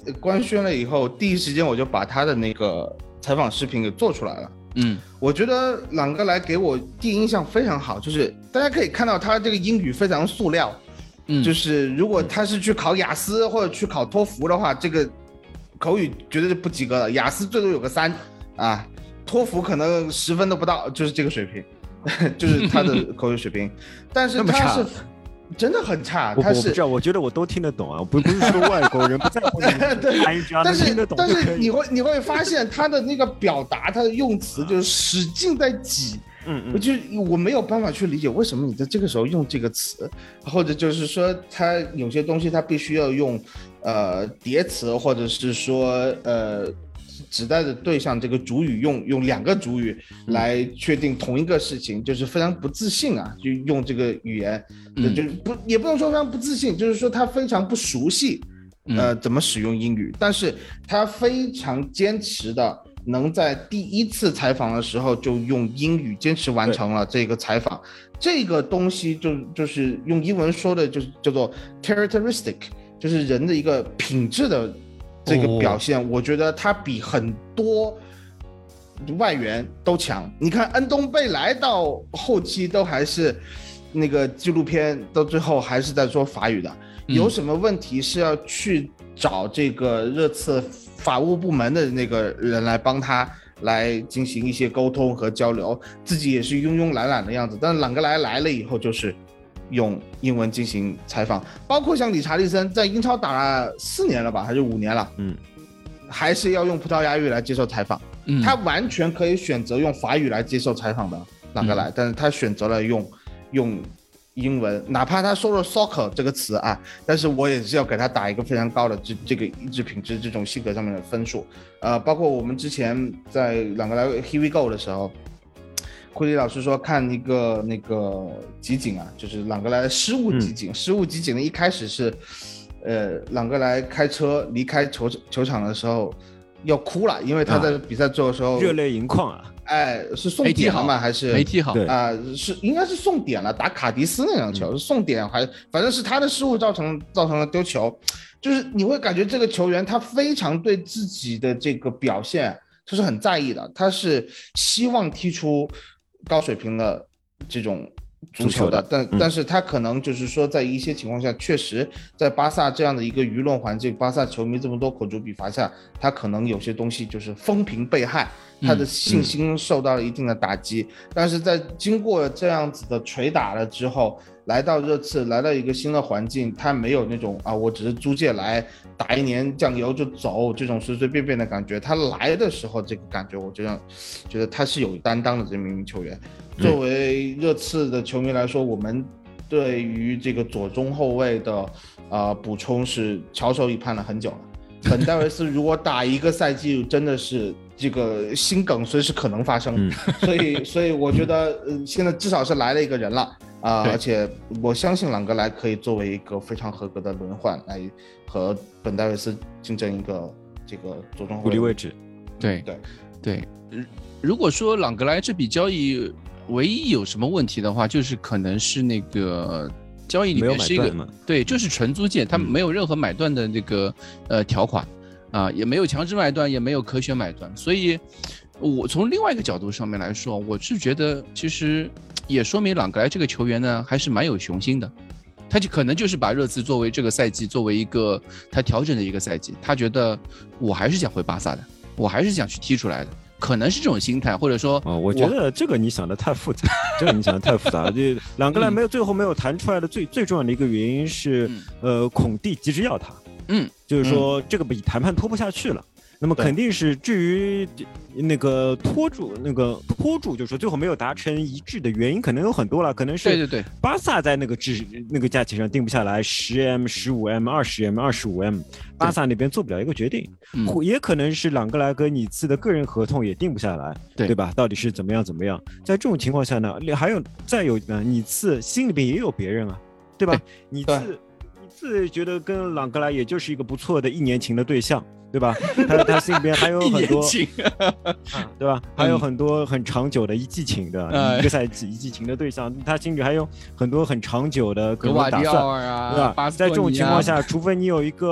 Speaker 4: 官宣了以后，第一时间我就把他的那个采访视频给做出来了。
Speaker 1: 嗯，
Speaker 4: 我觉得朗格莱给我第一印象非常好，就是大家可以看到他这个英语非常塑料。嗯，就是如果他是去考雅思或者去考托福的话，这个口语绝对是不及格的。雅思最多有个三啊，托福可能十分都不到，就是这个水平，就是他的口语水平。但是他是真的很差，他是
Speaker 3: 我不知道，我觉得我都听得懂啊，不不是说外国人不在乎
Speaker 4: 对，但是
Speaker 3: 听得懂
Speaker 4: 但是你会你会发现他的那个表达，他的用词就是使劲在挤。嗯，我就我没有办法去理解为什么你在这个时候用这个词，或者就是说他有些东西他必须要用呃叠词，或者是说呃指代的对象这个主语用用两个主语来确定同一个事情，嗯、就是非常不自信啊，就用这个语言，嗯、就不也不能说非常不自信，就是说他非常不熟悉呃怎么使用英语，但是他非常坚持的。能在第一次采访的时候就用英语坚持完成了这个采访，这个东西就就是用英文说的，就是叫做 characteristic， 就是人的一个品质的这个表现。哦、我觉得他比很多外援都强。你看恩东贝莱到后期都还是那个纪录片到最后还是在说法语的，嗯、有什么问题是要去找这个热刺法务部门的那个人来帮他来进行一些沟通和交流，自己也是慵慵懒懒的样子。但是朗格莱来了以后，就是用英文进行采访，包括像理查利森在英超打了四年了吧，还是五年了，嗯，还是要用葡萄牙语来接受采访。嗯，他完全可以选择用法语来接受采访的朗格莱，嗯、但是他选择了用用。英文，哪怕他说了 soccer 这个词啊，但是我也是要给他打一个非常高的这这个意志品质这种性格上面的分数。呃，包括我们之前在朗格莱 Here We Go 的时候，库里老师说看一个那个集锦啊，就是朗格莱失误集锦，嗯、失误集锦的一开始是，呃，朗格莱开车离开球球场的时候要哭了，因为他在比赛最后的时候、
Speaker 3: 啊、热泪盈眶啊。
Speaker 4: 哎，是送点了吗？还是
Speaker 1: 没踢好
Speaker 4: 啊、呃？是应该是送点了，打卡迪斯那场球、嗯、是送点，还反正是他的失误造成造成了丢球，就是你会感觉这个球员他非常对自己的这个表现就是很在意的，他是希望踢出高水平的这种足球的，但、嗯、但是他可能就是说在一些情况下，确实在巴萨这样的一个舆论环境，巴萨球迷这么多口诛笔伐下，他可能有些东西就是风评被害。他的信心受到了一定的打击，嗯嗯、但是在经过这样子的捶打了之后，来到热刺，来到一个新的环境，他没有那种啊，我只是租借来打一年酱油就走这种随随便便的感觉。他来的时候，这个感觉，我觉得觉得他是有担当的这么一名球员。作为热刺的球迷来说，我们对于这个左中后卫的呃补充是翘首以盼了很久了。本戴维斯如果打一个赛季，真的是这个心梗随时可能发生，嗯、所以所以我觉得、呃、现在至少是来了一个人了啊、呃，而且我相信朗格莱可以作为一个非常合格的轮换来和本戴维斯竞争一个这个左中后卫
Speaker 3: 位置。
Speaker 1: 对对对，如果说朗格莱这笔交易唯一有什么问题的话，就是可能是那个。交易里面是一个对，就是纯租借，他没有任何买断的那个、嗯、呃条款啊，也没有强制买断，也没有可选买断，所以我从另外一个角度上面来说，我是觉得其实也说明朗格莱这个球员呢还是蛮有雄心的，他就可能就是把热刺作为这个赛季作为一个他调整的一个赛季，他觉得我还是想回巴萨的，我还是想去踢出来的。可能是这种心态，或者说，
Speaker 3: 哦，我觉得这个你想的太复杂，这个你想的太复杂了。就朗格莱没有、嗯、最后没有谈出来的最最重要的一个原因是，嗯、呃，孔蒂急着要他，嗯，就是说这个比谈判拖不下去了。那么肯定是至于那个拖住那个拖住，就是说最后没有达成一致的原因，可能有很多了，可能是对对对，巴萨在那个制那个价钱上定不下来，十 M、十五 M、二十 M、二十五 M， 巴萨那边做不了一个决定，也可能是朗格莱跟尼茨的个人合同也定不下来，对对吧？到底是怎么样怎么样？在这种情况下呢，还有再有呢，尼茨心里边也有别人啊，对吧？尼茨尼茨觉得跟朗格莱也就是一个不错的一年情的对象。对吧？他他心里边还有很多，啊、对吧？还有很多很长久的一季情的、嗯、一个赛季一季情的对象，他心里还有很多很长久的可能打算，啊、对吧？在这种情况下，除非你有一个特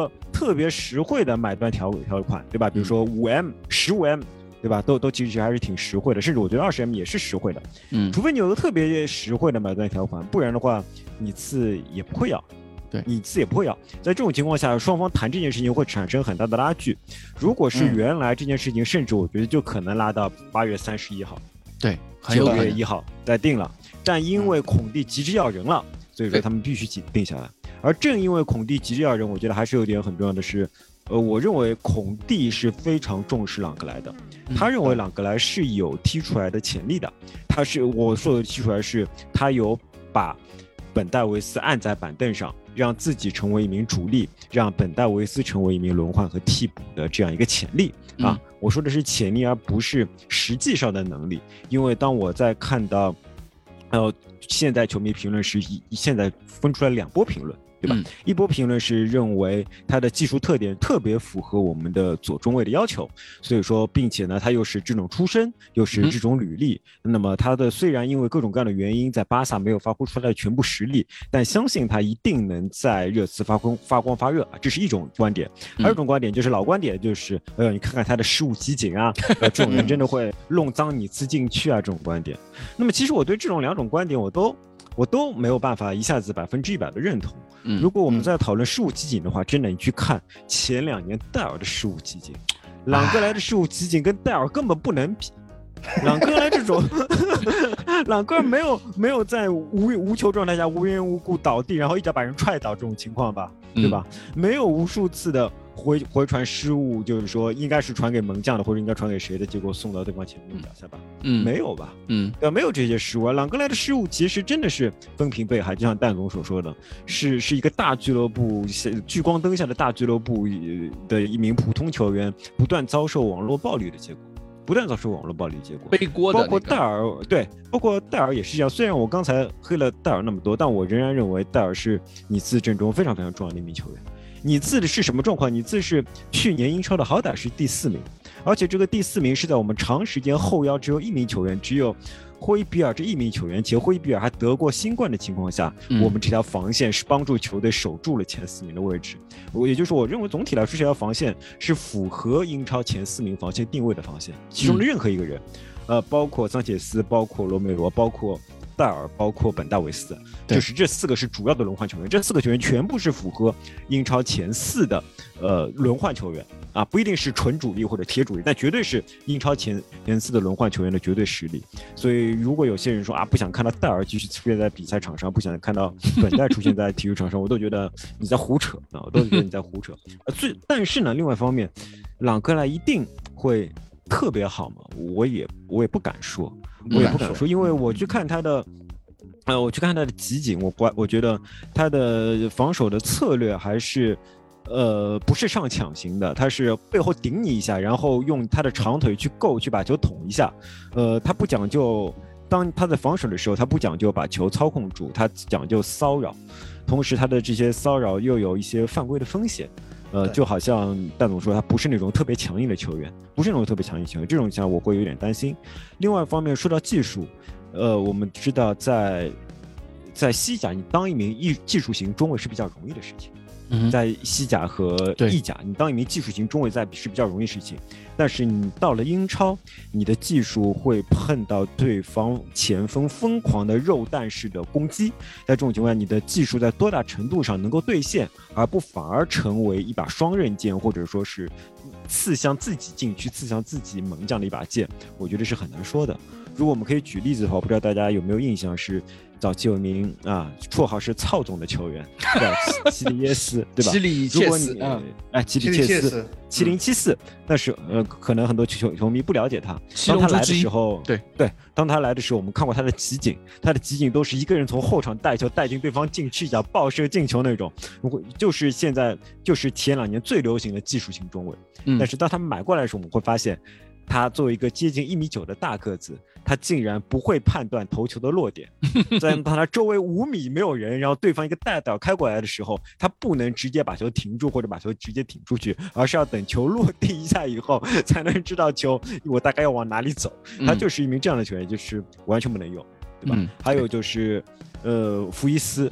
Speaker 3: 特别实惠的买断条条款，对吧？比如说五 M、十五 M， 对吧？都都其实还是挺实惠的，甚至我觉得二十 M 也是实惠的。嗯，除非你有个特别实惠的买断条款，不然的话，你次也不会要。
Speaker 1: 对，
Speaker 3: 你次也不会要。在这种情况下，双方谈这件事情会产生很大的拉锯。如果是原来这件事情，嗯、甚至我觉得就可能拉到八月三十一号，
Speaker 1: 对，九
Speaker 3: 月一号再定了。但因为孔蒂急着要人了，所以说他们必须定下来。而正因为孔蒂急着要人，我觉得还是有点很重要的是，呃，我认为孔蒂是非常重视朗格莱的，他认为朗格莱是有踢出来的潜力的。他是我说的踢出来是，他有把本戴维斯按在板凳上，让自己成为一名主力，让本戴维斯成为一名轮换和替补的这样一个潜力啊！嗯、我说的是潜力，而不是实际上的能力。因为当我在看到，呃，现在球迷评论时，现在分出来两波评论。对吧？嗯、一波评论是认为他的技术特点特别符合我们的左中卫的要求，所以说，并且呢，他又是这种出身，又是这种履历，嗯、那么他的虽然因为各种各样的原因在巴萨没有发挥出来的全部实力，但相信他一定能在热刺发光发光发热，这是一种观点。还有一种观点就是老观点，就是呃，你看看他的失误集锦啊，呃，这种人真的会弄脏你刺进去啊，这种观点。那么其实我对这种两种观点我都。我都没有办法一下子百分之一百的认同。嗯，如果我们在讨论失误集锦的话，真的你去看前两年戴尔的失误集锦，朗格莱的失误集锦跟戴尔根本不能比。朗格莱这种，朗格莱没有没有在无无球状态下无缘无故倒地，然后一脚把人踹倒这种情况吧，对吧？嗯、没有无数次的回回传失误，就是说应该是传给门将的，或者应该传给谁的，结果送到对方前面脚下吧？嗯，没有吧？嗯，对，没有这些失误。朗格莱的失误其实真的是分平被害，就像蛋总所说的，是是一个大俱乐部聚光灯下的大俱乐部的一名普通球员不断遭受网络暴力的结果。不断造成网络暴力结果，
Speaker 1: 背锅的、那
Speaker 3: 个，包括戴尔，对，包括戴尔也是这样。虽然我刚才黑了戴尔那么多，但我仍然认为戴尔是尼茨阵中非常非常重要的一名球员。尼茨的是什么状况？尼茨是去年英超的好歹是第四名，而且这个第四名是在我们长时间后腰只有一名球员，只有霍伊比尔这一名球员，且霍伊比尔还得过新冠的情况下，嗯、我们这条防线是帮助球队守住了前四名的位置。也就是我认为总体来说，这条防线是符合英超前四名防线定位的防线，其中的任何一个人，嗯、呃，包括桑切斯，包括罗梅罗，包括戴尔，包括本戴维斯，就是这四个是主要的轮换球员，这四个球员全部是符合英超前四的呃轮换球员啊，不一定是纯主力或者铁主力，但绝对是英超前前四的轮换球员的绝对实力。所以如果有些人说啊，不想看到戴尔继续出现在比赛场上，不想看到本戴出现在体育场上，我都觉得你在胡扯啊，我都觉得你在胡扯。呃，最但是呢，另外一方面，朗格莱一定会特别好吗？我也我也不敢说。我也不敢说，因为我去看他的，呃，我去看他的集锦，我我我觉得他的防守的策略还是，呃，不是上抢型的，他是背后顶你一下，然后用他的长腿去够去把球捅一下，呃，他不讲究，当他在防守的时候，他不讲究把球操控住，他讲究骚扰，同时他的这些骚扰又有一些犯规的风险。呃，就好像蛋总说，他不是那种特别强硬的球员，不是那种特别强硬球员，这种情况我会有点担心。另外一方面，说到技术，呃，我们知道在在西甲，你当一名技技术型中卫是比较容易的事情。嗯、在西甲和意甲，你当一名技术型中卫在是比较容易的事情，但是你到了英超，你的技术会碰到对方前锋疯狂的肉弹式的攻击，在这种情况下，你的技术在多大程度上能够兑现，而不反而成为一把双刃剑，或者说是刺向自己禁区、刺向自己门将的一把剑，我觉得是很难说的。如果我们可以举例子的话，我不知道大家有没有印象，是早期有一名啊，绰号是操总的球员，叫齐里耶斯，对吧？
Speaker 1: 齐里切斯，
Speaker 3: 嗯，哎，齐里切斯，七零七四，但是呃，可能很多球球迷不了解他。当他来的时候，
Speaker 1: 对
Speaker 3: 对，当他来的时候，我们看过他的集锦，他的集锦都是一个人从后场带球带进对方禁区，一脚爆射进球那种。如果就是现在就是前两年最流行的技术型中卫，嗯、但是当他们买过来的时候，我们会发现。他作为一个接近一米九的大个子，他竟然不会判断头球的落点。在当他周围五米没有人，然后对方一个带倒开过来的时候，他不能直接把球停住或者把球直接挺出去，而是要等球落地一下以后，才能知道球我大概要往哪里走。他就是一名这样的球员，就是完全不能用，对吧？嗯、还有就是，呃，福伊斯。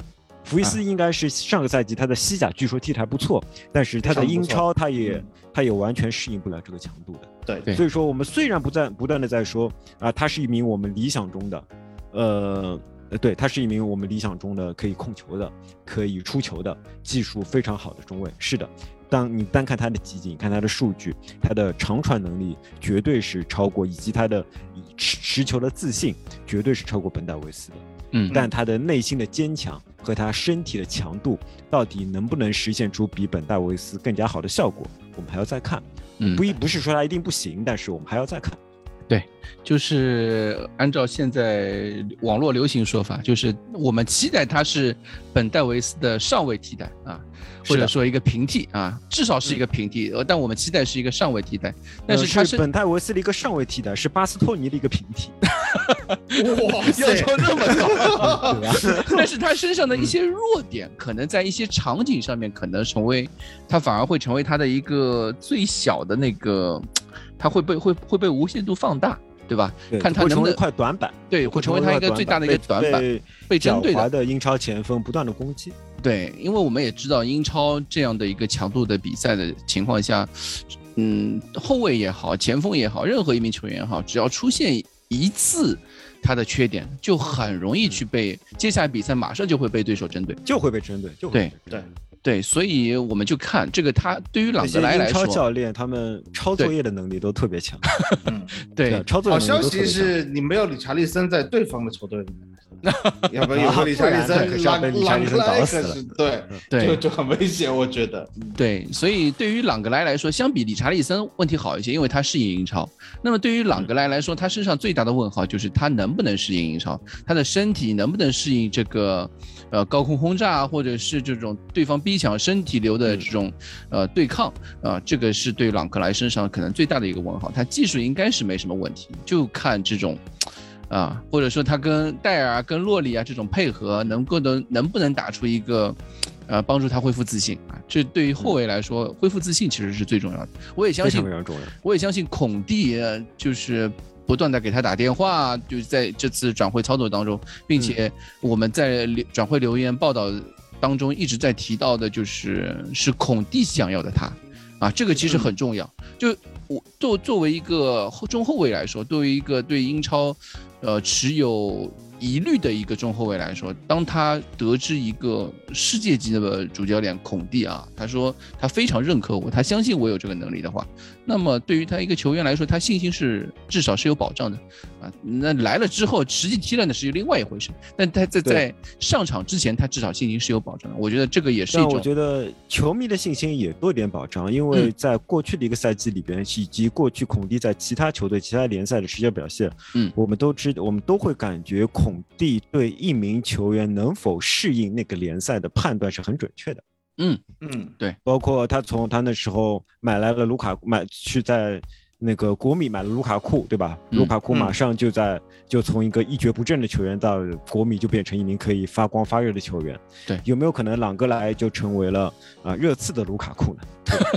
Speaker 3: 福伊斯应该是上个赛季他在西甲据说踢得还不错，但是他在英超他也、嗯、他也完全适应不了这个强度的。
Speaker 4: 对，
Speaker 3: 所以说我们虽然不在不断的在说啊，他是一名我们理想中的，呃，对，他是一名我们理想中的可以控球的、可以出球的、技术非常好的中卫。是的，当你单看他的集锦，看他的数据，他的长传能力绝对是超过，以及他的持持球的自信绝对是超过本戴维斯的。嗯，但他的内心的坚强和他身体的强度到底能不能实现出比本戴维斯更加好的效果，我们还要再看。嗯，不一不是说他一定不行，但是我们还要再看。
Speaker 1: 对，就是按照现在网络流行说法，就是我们期待他是本戴维斯的上位替代啊，或者说一个平替啊，至少是一个平替，嗯、但我们期待是一个上位替代。但是他
Speaker 3: 是本戴维斯的一个上位替代，是巴斯托尼的一个平替。
Speaker 4: 哇，
Speaker 1: 要求那么高，对吧？但是他身上的一些弱点，可能在一些场景上面，可能成为他反而会成为他的一个最小的那个。他会被会会被无限度放大，对吧？
Speaker 3: 对，
Speaker 1: 看他能不能
Speaker 3: 一块短板，
Speaker 1: 对，会成为他一个最大的一个短板，被, 被针对的。
Speaker 3: 的英超前锋不断的攻击，
Speaker 1: 对，因为我们也知道英超这样的一个强度的比赛的情况下，嗯，后卫也好，前锋也好，任何一名球员也好，只要出现一次他的缺点，就很容易去被接下来比赛马上就会被对手针对，
Speaker 3: 就会被针对，就会被针
Speaker 4: 对。对
Speaker 1: 对，所以我们就看这个，他对于朗格莱来说，
Speaker 3: 英超教练他们抄作业的能力都特别强。
Speaker 1: 嗯，对，
Speaker 3: 抄作业能力都特别强。
Speaker 4: 好消息是你没有理查利森在对方的球队里面，要不然有个理查利森，
Speaker 3: 可是要被理查利森搞死了。
Speaker 4: 对对，就就很危险，我觉得。
Speaker 1: 对，所以对于朗格莱来说，相比理查利森问题好一些，因为他适应英超。那么对于朗格莱来说，他身上最大的问号就是他能不能适应英超，他的身体能不能适应这个呃高空轰炸，或者是这种对方逼抢身体流的这种呃对抗啊、呃，这个是对朗格莱身上可能最大的一个问号。他技术应该是没什么问题，就看这种。啊，或者说他跟戴尔啊、跟洛里啊这种配合，能够能能不能打出一个，呃，帮助他恢复自信啊？这对于后卫来说，嗯、恢复自信其实是最重要的。我也相信，
Speaker 3: 非常重要。
Speaker 1: 我也相信孔蒂就是不断的给他打电话，就是在这次转会操作当中，并且我们在转会留言报道当中一直在提到的，就是是孔蒂想要的他。啊，这个其实很重要。就我作作为一个中后卫来说，对于一个对英超，呃，持有疑虑的一个中后卫来说，当他得知一个世界级的主教练孔蒂啊，他说他非常认可我，他相信我有这个能力的话，那么对于他一个球员来说，他信心是至少是有保障的啊。那来了之后，实际踢了呢是另外一回事，但他在在上场之前，他至少信心是有保障的。我觉得这个也是一种。
Speaker 3: 我觉得球迷的信心也多点保障，因为在过去的一个赛季里边，嗯、以及过去孔蒂在其他球队、其他联赛的实际表现，嗯，我们都知，我们都会感觉孔蒂对一名球员能否适应那个联赛的判断是很准确的。
Speaker 1: 嗯嗯，对，
Speaker 3: 包括他从他那时候买来了卢卡，买去在那个国米买了卢卡库，对吧？嗯、卢卡库马上就在、嗯、就从一个一蹶不振的球员到国米就变成一名可以发光发热的球员。
Speaker 1: 对，
Speaker 3: 有没有可能朗格莱就成为了啊、呃、热刺的卢卡库呢？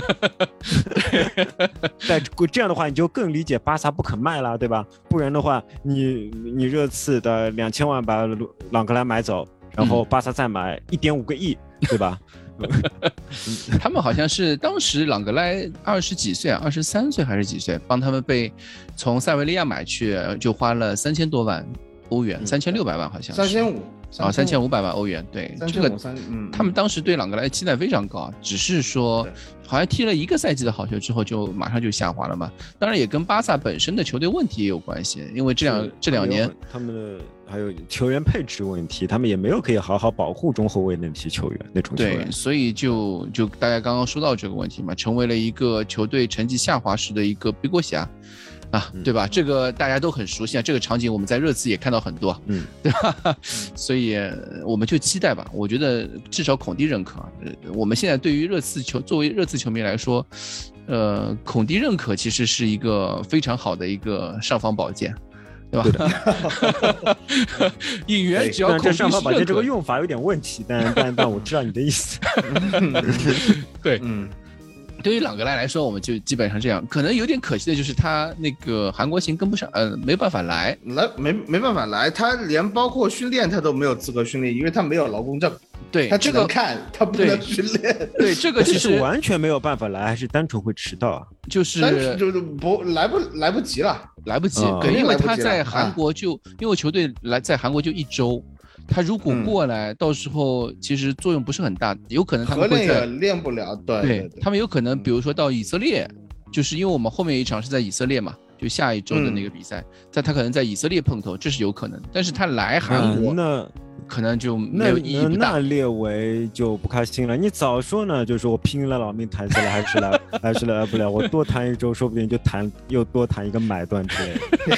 Speaker 3: 但这样的话，你就更理解巴萨不肯卖了，对吧？不然的话，你你热刺的两千万把朗格莱买走，然后巴萨再买一点五个亿，对吧？
Speaker 1: 他们好像是当时朗格莱二十几岁啊，二十三岁还是几岁，帮他们被从塞维利亚买去，就花了三千多万欧元，三千六百万好像是。
Speaker 4: 三千五。
Speaker 1: 啊，三千五百万欧元，对，这个、嗯、他们当时对朗格莱期待非常高，只是说好像踢了一个赛季的好球之后，就马上就下滑了嘛。当然也跟巴萨本身的球队问题也有关系，因为这两这两年
Speaker 3: 他们的还有球员配置问题，他们也没有可以好好保护中后卫那些球员那种球员，
Speaker 1: 对，所以就就大家刚刚说到这个问题嘛，成为了一个球队成绩下滑时的一个背锅侠。啊，对吧？这个大家都很熟悉啊，这个场景我们在热刺也看到很多，嗯，对吧？所以我们就期待吧。我觉得至少孔蒂认可啊。我们现在对于热刺球，作为热刺球迷来说，呃，孔蒂认可其实是一个非常好的一个尚方宝剑，对吧？引援只要孔蒂
Speaker 3: 上方宝剑这个用法有点问题，但但但我知道你的意思。
Speaker 1: 对，嗯。 对于朗格莱来说，我们就基本上这样。可能有点可惜的就是他那个韩国行跟不上，呃，没办法来，
Speaker 4: 来没没办法来，他连包括训练他都没有资格训练，因为他没有劳工证。
Speaker 1: 对，
Speaker 4: 他只能看，他不能训练。
Speaker 1: 对，这个其实
Speaker 3: 完全没有办法来，还是单纯会迟到啊？
Speaker 1: 就是
Speaker 4: 就是不来不来不及了，
Speaker 1: 来不及。
Speaker 3: 哦、
Speaker 1: 对，因为他在韩国就，啊、因为球队来在韩国就一周。他如果过来，嗯、到时候其实作用不是很大，有可能他们会在
Speaker 4: 也练不了。对，
Speaker 1: 对，
Speaker 4: 对， 对，
Speaker 1: 他们有可能，比如说到以色列，嗯、就是因为我们后面一场是在以色列嘛，就下一周的那个比赛，在、嗯、他可能在以色列碰头，这是有可能。但是他来韩国，
Speaker 3: 嗯、那
Speaker 1: 可能就没有意义不大。
Speaker 3: 那列维就不开心了。你早说呢，就是我拼了老命谈下来，还是来还是来不了。我多谈一周，说不定就谈又多谈一个买断之类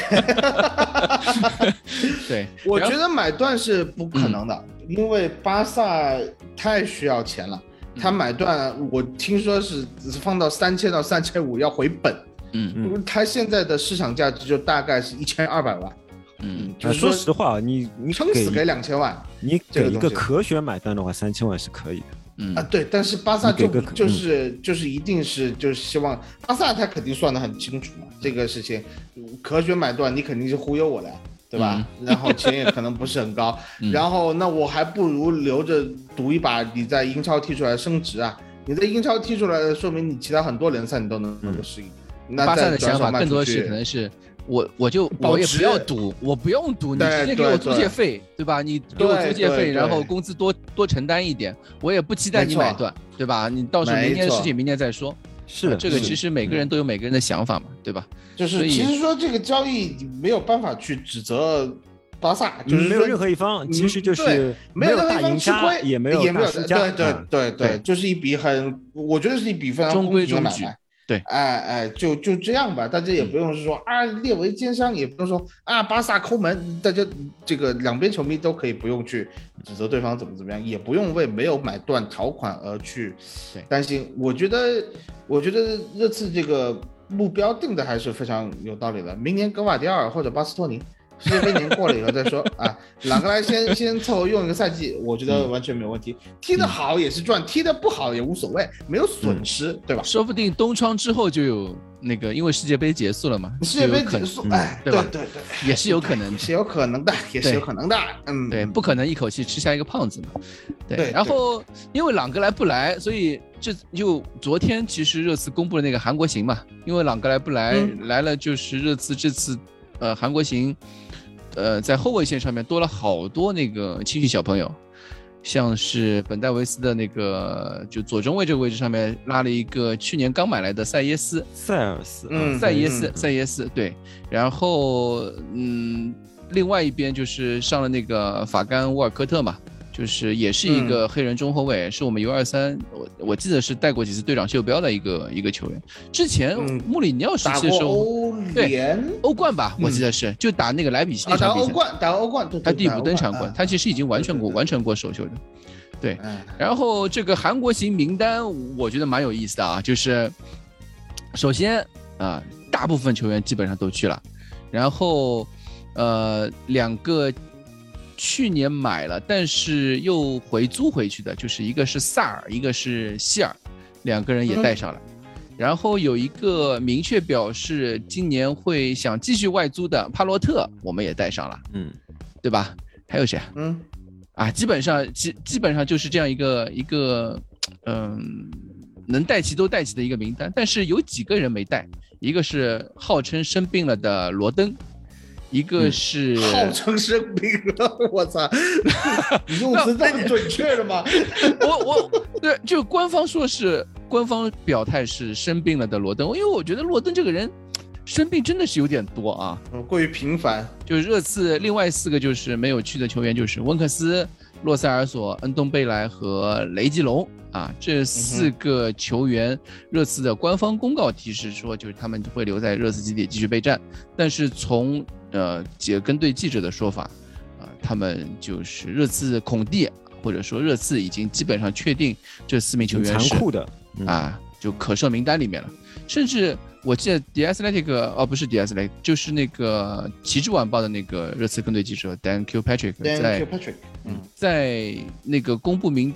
Speaker 1: 的。对，
Speaker 4: 我觉得买断是不可能的，嗯、因为巴萨太需要钱了。他买断，我听说是放到三千到三千五要回本。
Speaker 1: 嗯
Speaker 4: 嗯，他现在的市场价值就大概是一千二百万。
Speaker 1: 嗯，
Speaker 3: 就是说实话，你你
Speaker 4: 撑死给两千万，
Speaker 3: 你给一个可选买断的话，三千万是可以的。
Speaker 1: 嗯
Speaker 4: 啊，对，但是巴萨就就是、嗯、就是一定是就是希望巴萨他肯定算得很清楚嘛，这个事情可选买断，你肯定是忽悠我的呀，对吧？嗯、然后钱也可能不是很高，嗯、然后那我还不如留着赌一把，你在英超踢出来升值啊，你在英超踢出来，说明你其他很多联赛你都能能够适应。
Speaker 1: 嗯、巴萨的想法更多是可能是。我我就我也不要赌，我不用赌，你直接给我租借费， 对, 对吧？你给我租借费，然后工资多多承担一点，我也不期待你买断，对吧？你到时候明年的事情明年再说。
Speaker 3: 是的，
Speaker 1: 这个其实每个人都有每个人的想法嘛，对吧？
Speaker 4: 就是其实说这个交易没有办法去指责巴萨，就是
Speaker 3: 没有任何一方，其实就是
Speaker 4: 没有
Speaker 3: 大赢家，也没有大输家，
Speaker 4: 对对对对，就是一笔很，我觉得是一笔非常公平的买卖。
Speaker 1: 对，
Speaker 4: 哎哎，就就这样吧，大家也不用是说、嗯、啊列维奸商，也不用说啊巴萨抠门，大家这个两边球迷都可以不用去指责对方怎么怎么样，也不用为没有买断条款而去担心。我觉得，我觉得这次这个目标定的还是非常有道理的。明年格瓦迪奥尔或者巴斯托尼世界杯年过了以后再说啊，朗格莱先先凑合用一个赛季，我觉得完全没有问题。嗯、踢得好也是赚，踢得不好也无所谓，没有损失，嗯、对吧？
Speaker 1: 说不定冬窗之后就有那个，因为世界杯结束了嘛，
Speaker 4: 世界杯结束，哎，
Speaker 1: 对吧？
Speaker 4: 对对对，
Speaker 1: 也是有可能的，
Speaker 4: 是有可能的，也是有可能的。嗯，
Speaker 1: 对，不可能一口气吃下一个胖子嘛。对，对然后因为朗格莱不来，所以这就昨天其实热刺公布了那个韩国行嘛，因为朗格莱不来，嗯、来了就是热刺这次呃韩国行。呃，在后卫线上面多了好多那个青训小朋友，像是本戴维斯的那个就左中卫这个位置上面拉了一个去年刚买来的塞耶斯，
Speaker 3: 塞尔斯，
Speaker 1: 嗯，塞耶斯，塞耶斯，对，然后嗯，另外一边就是上了那个法甘沃尔科特嘛。就是也是一个黑人中后卫，嗯、是我们 U 二三，我我记得是带过几次队长袖标的一个一个球员。之前穆里尼奥时期的时候，
Speaker 4: 欧联、
Speaker 1: 欧冠吧，我记得是、嗯、就打那个莱比锡那场比赛，
Speaker 4: 打欧冠，打欧冠，
Speaker 1: 他第五登场过，他其实已经完成过完成过首秀的。对，然后这个韩国行名单，我觉得蛮有意思的啊，就是首先啊，大部分球员基本上都去了，然后呃两个。去年买了，但是又回租回去的，就是一个是萨尔，一个是希尔，两个人也带上了。嗯、然后有一个明确表示今年会想继续外租的帕洛特，我们也带上了，嗯，对吧？还有谁？嗯，啊，基本上基基本上就是这样一个一个，嗯，能带齐都带齐的一个名单。但是有几个人没带，一个是号称生病了的罗登。一个是、
Speaker 4: 嗯、号称生病了，我操！你用词这么准确的吗？
Speaker 1: 我我对，就官方说是官方表态是生病了的罗登，因为我觉得罗登这个人生病真的是有点多啊，
Speaker 4: 嗯、过于频繁。
Speaker 1: 就是热刺另外四个就是没有去的球员，就是温克斯、洛塞尔索、恩东贝莱和雷吉隆啊，这四个球员，热刺的官方公告提示说，就是他们会留在热刺基地继续备战，但是从呃，跟对记者的说法，啊、呃，他们就是热刺孔蒂，或者说热刺已经基本上确定这四名球员是
Speaker 3: 残酷的、
Speaker 1: 嗯、啊，就可赦名单里面了。甚至我记得 The Athletic 哦，不是 The Athletic， 就是那个旗帜晚报的那个热刺跟队记者 Dan Kilpatrick 在
Speaker 4: Dan Kilpatrick， 嗯，
Speaker 1: 在那个公布名单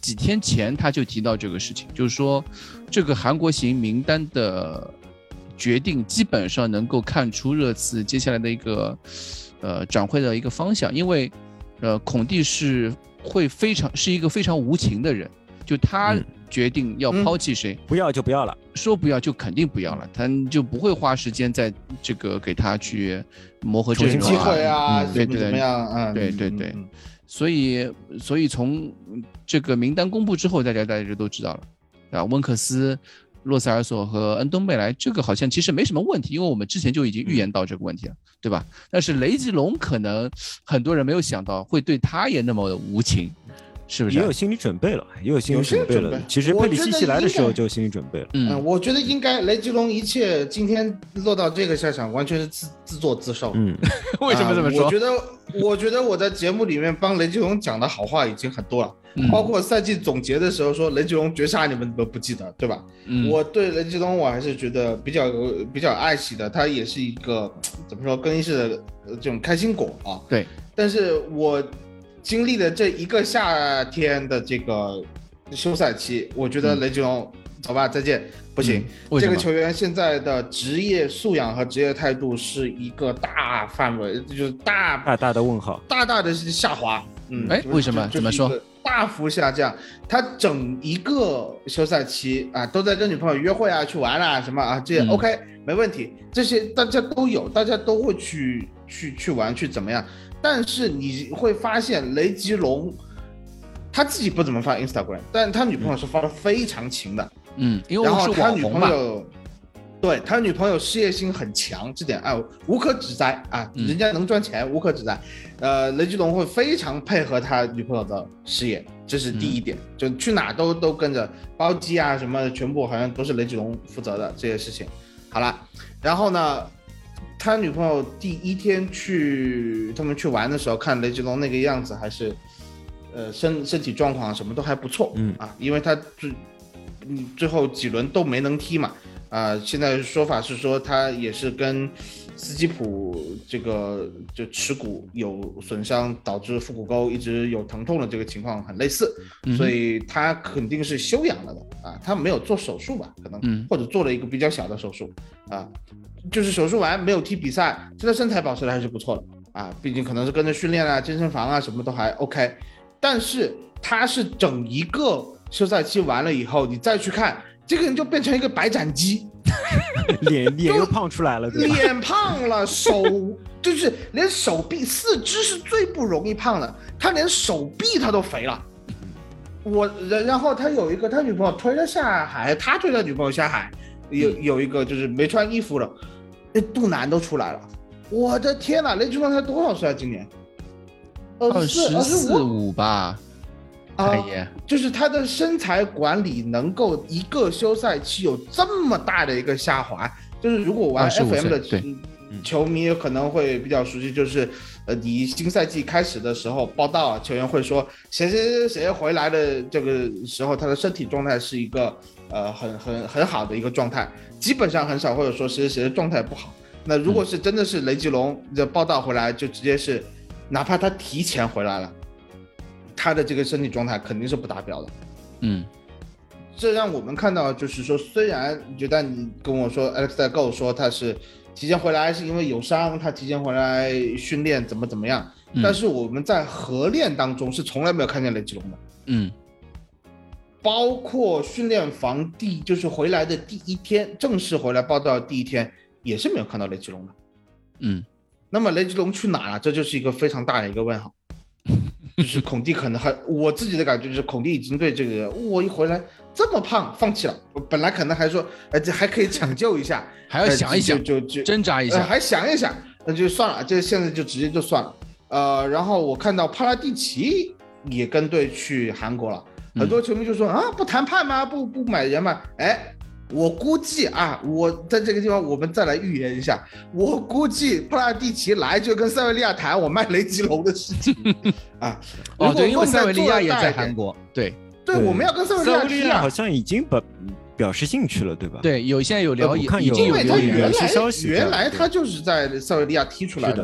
Speaker 1: 几天前他就提到这个事情，就是说这个韩国行名单的决定基本上能够看出热刺接下来的一个呃转会的一个方向，因为呃孔蒂是会非常是一个非常无情的人，就他决定要抛弃谁、
Speaker 3: 嗯、不要就不要了，
Speaker 1: 说不要就肯定不要了，他就不会花时间在这个给他去磨合阵容
Speaker 4: 机会啊，
Speaker 1: 嗯、对对对，
Speaker 4: 怎么样？嗯，
Speaker 1: 对对对，嗯、所以所以从这个名单公布之后，大家大家就都知道了啊，温克斯、洛塞尔索和恩东贝莱，这个好像其实没什么问题，因为我们之前就已经预言到这个问题了，对吧？但是雷吉隆可能很多人没有想到会对他也那么无情。是不是、啊、
Speaker 3: 也有心理准备了？也有心理准备了。其实佩里西奇来的时候就心理准备了。
Speaker 4: 嗯，我觉得应该雷吉隆一切今天落到这个下场，完全是自自作自受。
Speaker 1: 嗯，为什么这么说？
Speaker 4: 啊、我觉得，我觉得我在节目里面帮雷吉隆讲的好话已经很多了，嗯、包括赛季总结的时候说雷吉隆绝杀，你们都不记得，对吧？嗯，我对雷吉隆我还是觉得比较比较爱惜的，他也是一个怎么说更衣室的这种开心果啊。
Speaker 1: 对，
Speaker 4: 但是我。经历了这一个夏天的这个休赛期，我觉得雷吉隆、嗯、走吧，再见，不行、嗯。这个球员现在的职业素养和职业态度是一个大范围，就是大
Speaker 3: 大大的问号，
Speaker 4: 大大的下滑。嗯，
Speaker 1: 哎，为什么？怎么说？
Speaker 4: 大幅下降。他整一个休赛期啊，都在跟女朋友约会啊，去玩啊，什么啊，这些、嗯、OK 没问题，这些大家都有，大家都会去去去玩，去怎么样？但是你会发现雷吉隆他自己不怎么发 Instagram， 但他女朋友是发的非常勤的，
Speaker 1: 嗯，因为
Speaker 4: 然后他女朋友，对他女朋友事业心很强，这点哎无可指摘啊，嗯、人家能赚钱无可指摘。呃，雷吉隆会非常配合他女朋友的事业，这是第一点，嗯、就去哪都都跟着，包机啊什么，全部好像都是雷吉隆负责的这些事情。好了，然后呢？他女朋友第一天去他们去玩的时候，看雷吉隆那个样子，还是，呃身身体状况什么都还不错，嗯啊，因为他最嗯最后几轮都没能踢嘛，啊、呃，现在说法是说他也是跟斯基普这个就耻骨有损伤，导致腹股沟一直有疼痛的这个情况很类似，嗯、所以他肯定是休养了的啊，他没有做手术吧，可能、嗯、或者做了一个比较小的手术啊。就是手术完没有踢比赛，现在身材保持的还是不错的啊，毕竟可能是跟着训练啊、健身房啊什么都还 OK， 但是他是整一个休赛期完了以后，你再去看这个人就变成一个白斩鸡，
Speaker 3: 脸脸又胖出来了，对吧？
Speaker 4: 脸胖了，手就是连手臂、四肢是最不容易胖的，他连手臂他都肥了。我然后他有一个他女朋友推他下海，他推他女朋友下海，有有一个就是没穿衣服了。那肚腩都出来了，我的天哪！雷吉隆才多少岁啊？今年
Speaker 1: 二十四五吧，
Speaker 4: 啊，就是他的身材管理能够一个休赛期有这么大的一个下滑，就是如果玩 F M 的球迷可能会比较熟悉，就是呃，你新赛季开始的时候报道，球员会说谁谁谁谁回来的这个时候，他的身体状态是一个呃很很很好的一个状态。基本上很少会有说谁谁的状态不好。那如果是真的是雷吉隆的报道回来，就直接是，哪怕他提前回来了，他的这个身体状态肯定是不达标的。
Speaker 1: 嗯，
Speaker 4: 这让我们看到就是说，虽然觉得你跟我说 Alex Dego 说他是提前回来是因为有伤，他提前回来训练怎么怎么样，嗯、但是我们在合练当中是从来没有看见雷吉隆的。
Speaker 1: 嗯。
Speaker 4: 包括训练房第就是回来的第一天，正式回来报道的第一天，也是没有看到雷吉隆的。
Speaker 1: 嗯，
Speaker 4: 那么雷吉隆去哪了？这就是一个非常大的一个问号。就是孔蒂可能还，我自己的感觉就是孔蒂已经对这个，我一回来这么胖，放弃了。我本来可能还说，呃，这还可以抢救一下，
Speaker 1: 还要想一想，
Speaker 4: 就就
Speaker 1: 挣扎一下、
Speaker 4: 呃，还想一想，那就算了，这现在就直接就算了。呃，然后我看到帕拉蒂奇也跟队去韩国了。很多球迷就说啊，不谈判吗？不不买人吗？哎，我估计啊，我在这个地方我们再来预言一下，我估计布拉蒂奇来就跟塞维利亚谈我卖雷吉隆的事情啊。
Speaker 1: 哦，对，因为塞维利亚也在韩国，对
Speaker 4: 对，我们要跟塞维利亚
Speaker 3: 提啊，好像已经表表示兴趣了，对吧？
Speaker 1: 对，有现在有聊，
Speaker 3: 看
Speaker 1: 已经有
Speaker 4: 因为他原来
Speaker 3: 消息，
Speaker 4: 原来他就是在塞维利亚踢出来的。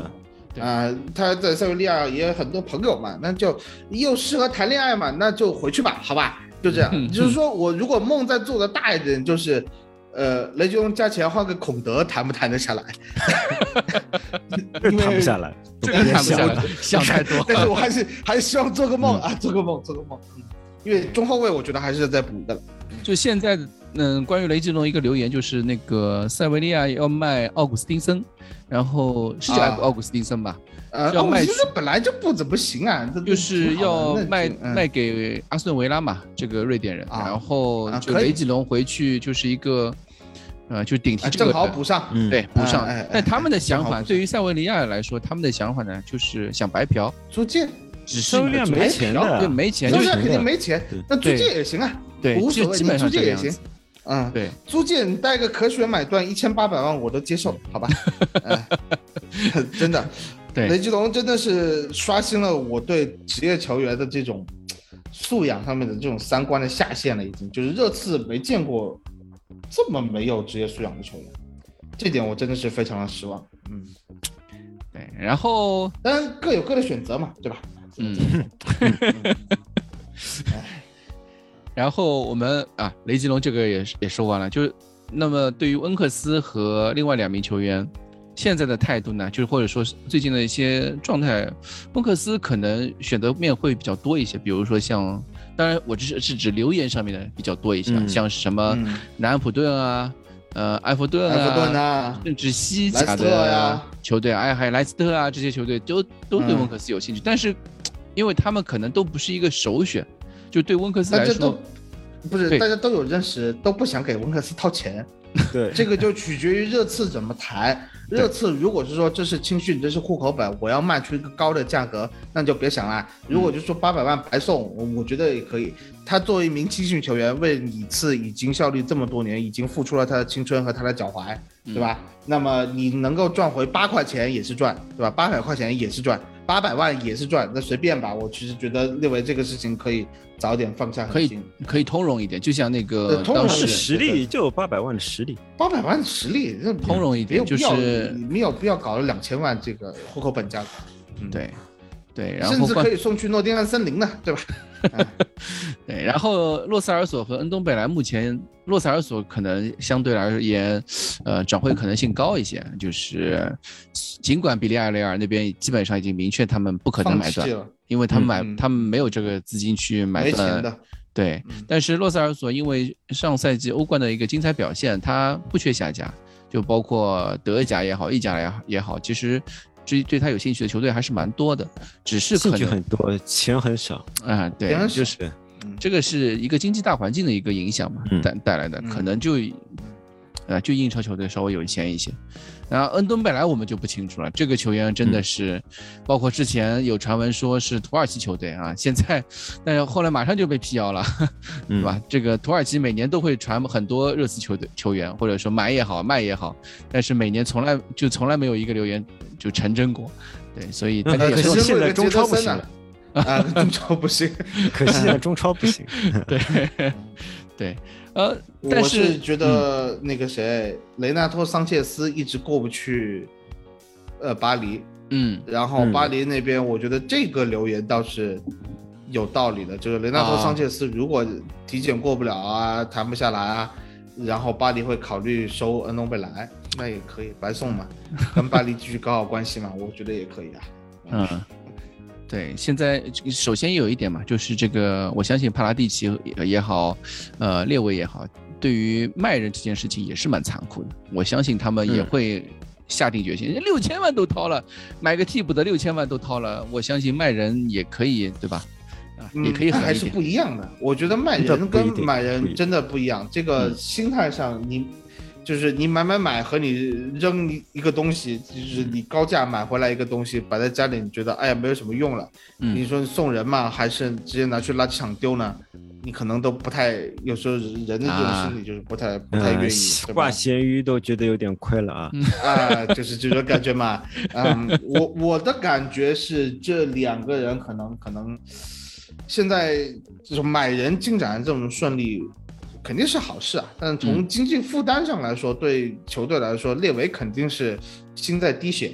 Speaker 4: 啊、呃，他在塞维利亚也有很多朋友嘛，那就又适合谈恋爱嘛，那就回去吧，好吧，就这样。就是说我如果梦再做的大一点，就是呃，雷吉隆加钱换个孔德，谈不谈得下来？
Speaker 3: 谈不下来，
Speaker 1: 这个谈不下来，想太多。
Speaker 4: 但是我还是还是希望做个梦、嗯、啊，做个梦，做个梦。嗯，因为中后卫我觉得还是再补的了。
Speaker 1: 就现在嗯，关于雷吉隆一个留言，就是那个塞维利亚要卖奥古斯丁森，然后是叫奥古斯丁森吧？
Speaker 4: 呃，
Speaker 1: 要卖，
Speaker 4: 其实本来就不怎么行啊，
Speaker 1: 就是要卖、
Speaker 4: 嗯、
Speaker 1: 卖给阿斯顿维拉嘛，这个瑞典人，
Speaker 4: 啊、
Speaker 1: 然后就雷吉隆回去就是一个。呃，就顶替这个、
Speaker 4: 正好补上，
Speaker 1: 嗯、对，补上。
Speaker 4: 哎哎、
Speaker 1: 但他们的想法，对于塞维利亚来说，他们的想法呢，就是想白嫖
Speaker 4: 租借，
Speaker 1: 只是
Speaker 3: 没钱的，
Speaker 1: 对，没钱，
Speaker 4: 租借肯定没钱，那租借也行啊，
Speaker 1: 对，
Speaker 4: 无所谓，
Speaker 1: 基本上
Speaker 4: 租借也行。嗯，
Speaker 1: 对，
Speaker 4: 租借你带个可选买断一千八百万我都接受，好吧？哎、真的，
Speaker 1: 对，
Speaker 4: 雷吉隆真的是刷新了我对职业球员的这种素养上面的这种三观的下限了，已经就是热刺没见过这么没有职业素养的球员，这点我真的是非常的失望。嗯，
Speaker 1: 对，然后
Speaker 4: 当然各有各的选择嘛，对吧？
Speaker 1: 嗯。然后我们啊，雷吉隆这个也也说完了，就是那么对于温克斯和另外两名球员现在的态度呢，就是或者说最近的一些状态，温克斯可能选择面会比较多一些，比如说像，当然我这是是指留言上面的比较多一些，嗯、像什么南安普顿啊，呃埃弗顿啊，
Speaker 4: 埃弗顿啊，
Speaker 1: 甚至西甲的球队，哎还有莱斯特啊这些球队都都对温克斯有兴趣，嗯、但是因为他们可能都不是一个首选。就对温克斯来说，
Speaker 4: 不是大家都有认识，都不想给温克斯掏钱。
Speaker 3: 对，
Speaker 4: 这个就取决于热刺怎么谈。热刺如果是说这是青训，这是户口本，我要卖出一个高的价格，那就别想了。如果就说八百万白送，嗯、我觉得也可以。他作为一名青训球员，为里次已经效力这么多年，已经付出了他的青春和他的脚踝，对吧？嗯、那么你能够赚回八块钱也是赚，对吧？八百块钱也是赚。八百万也是赚，那随便吧。我其实觉得列维这个事情可以早点放下狠心，
Speaker 1: 可以可以通融一点，就像那个
Speaker 4: 当
Speaker 3: 时实力就有八百万的实力，
Speaker 4: 八百万的实力
Speaker 1: 通融一点，就是
Speaker 4: 没有必要搞了两千万这个户口本价格，
Speaker 1: 嗯、对对，然后
Speaker 4: 甚至可以送去诺丁汉森林呢，对吧？
Speaker 1: 对，然后洛塞尔索和恩东贝莱目前洛塞尔索可能相对而言，呃，转会可能性高一些，就是尽管比利亚雷尔那边基本上已经明确他们不可能买断，因为他们买、嗯、他们没有这个资金去买断，
Speaker 4: 没钱的。
Speaker 1: 对，嗯、但是洛塞尔索因为上赛季欧冠的一个精彩表现，他不缺下家，就包括德甲也好，意甲也好，其实。对对他有兴趣的球队还是蛮多的，只是可能
Speaker 3: 兴趣很多，钱很少
Speaker 1: 啊、嗯。对，就是这个是一个经济大环境的一个影响嘛，带、嗯、带来的，嗯、可能就，呃，就英超球队稍微有钱一些。然后恩东贝莱我们就不清楚了，这个球员真的是，嗯、包括之前有传闻说是土耳其球队啊，现在，但是后来马上就被辟谣了，对吧？嗯、这个土耳其每年都会传很多热刺球队球员，或者说买也好卖也好，但是每年从来就从来没有一个留言就成真过，对，所以大家也
Speaker 3: 可惜现在中超不行了
Speaker 4: 啊，中超不行，
Speaker 3: 可惜现在中超不行，
Speaker 1: 对对。呃，但
Speaker 4: 是我是觉得那个谁，嗯、雷纳托·桑切斯一直过不去，呃，巴黎，
Speaker 1: 嗯，
Speaker 4: 然后巴黎那边，我觉得这个留言倒是有道理的，就是雷纳托·桑切斯如果体检过不了啊，谈不下来啊，然后巴黎会考虑收恩东贝莱，那也可以白送嘛，跟巴黎继续搞好关系嘛，我觉得也可以啊，
Speaker 1: 嗯。对，现在首先有一点嘛，就是这个，我相信帕拉蒂奇也好，呃，列维也好，对于卖人这件事情也是蛮残酷的。我相信他们也会下定决心，六千万都掏了，买个替补的六千万都掏了，我相信卖人也可以，对吧？啊，也可以狠一点。
Speaker 4: 还是不一样的。我觉得卖人跟买人真的不一样，这个心态上你。就是你买买买和你扔一个东西，就是你高价买回来一个东西摆在家里，你觉得哎呀没有什么用了，嗯、你说送人嘛，还是直接拿去垃圾场丢呢？你可能都不太，有时候人的这种心理就是不太、啊、不太愿意。
Speaker 3: 挂咸鱼都觉得有点亏了啊！
Speaker 4: 啊，就是这种感觉嘛。嗯，我我的感觉是这两个人可能可能现在就是买人进展这种顺利。肯定是好事啊，但从经济负担上来说，嗯、对球队来说，列维肯定是心在滴血的。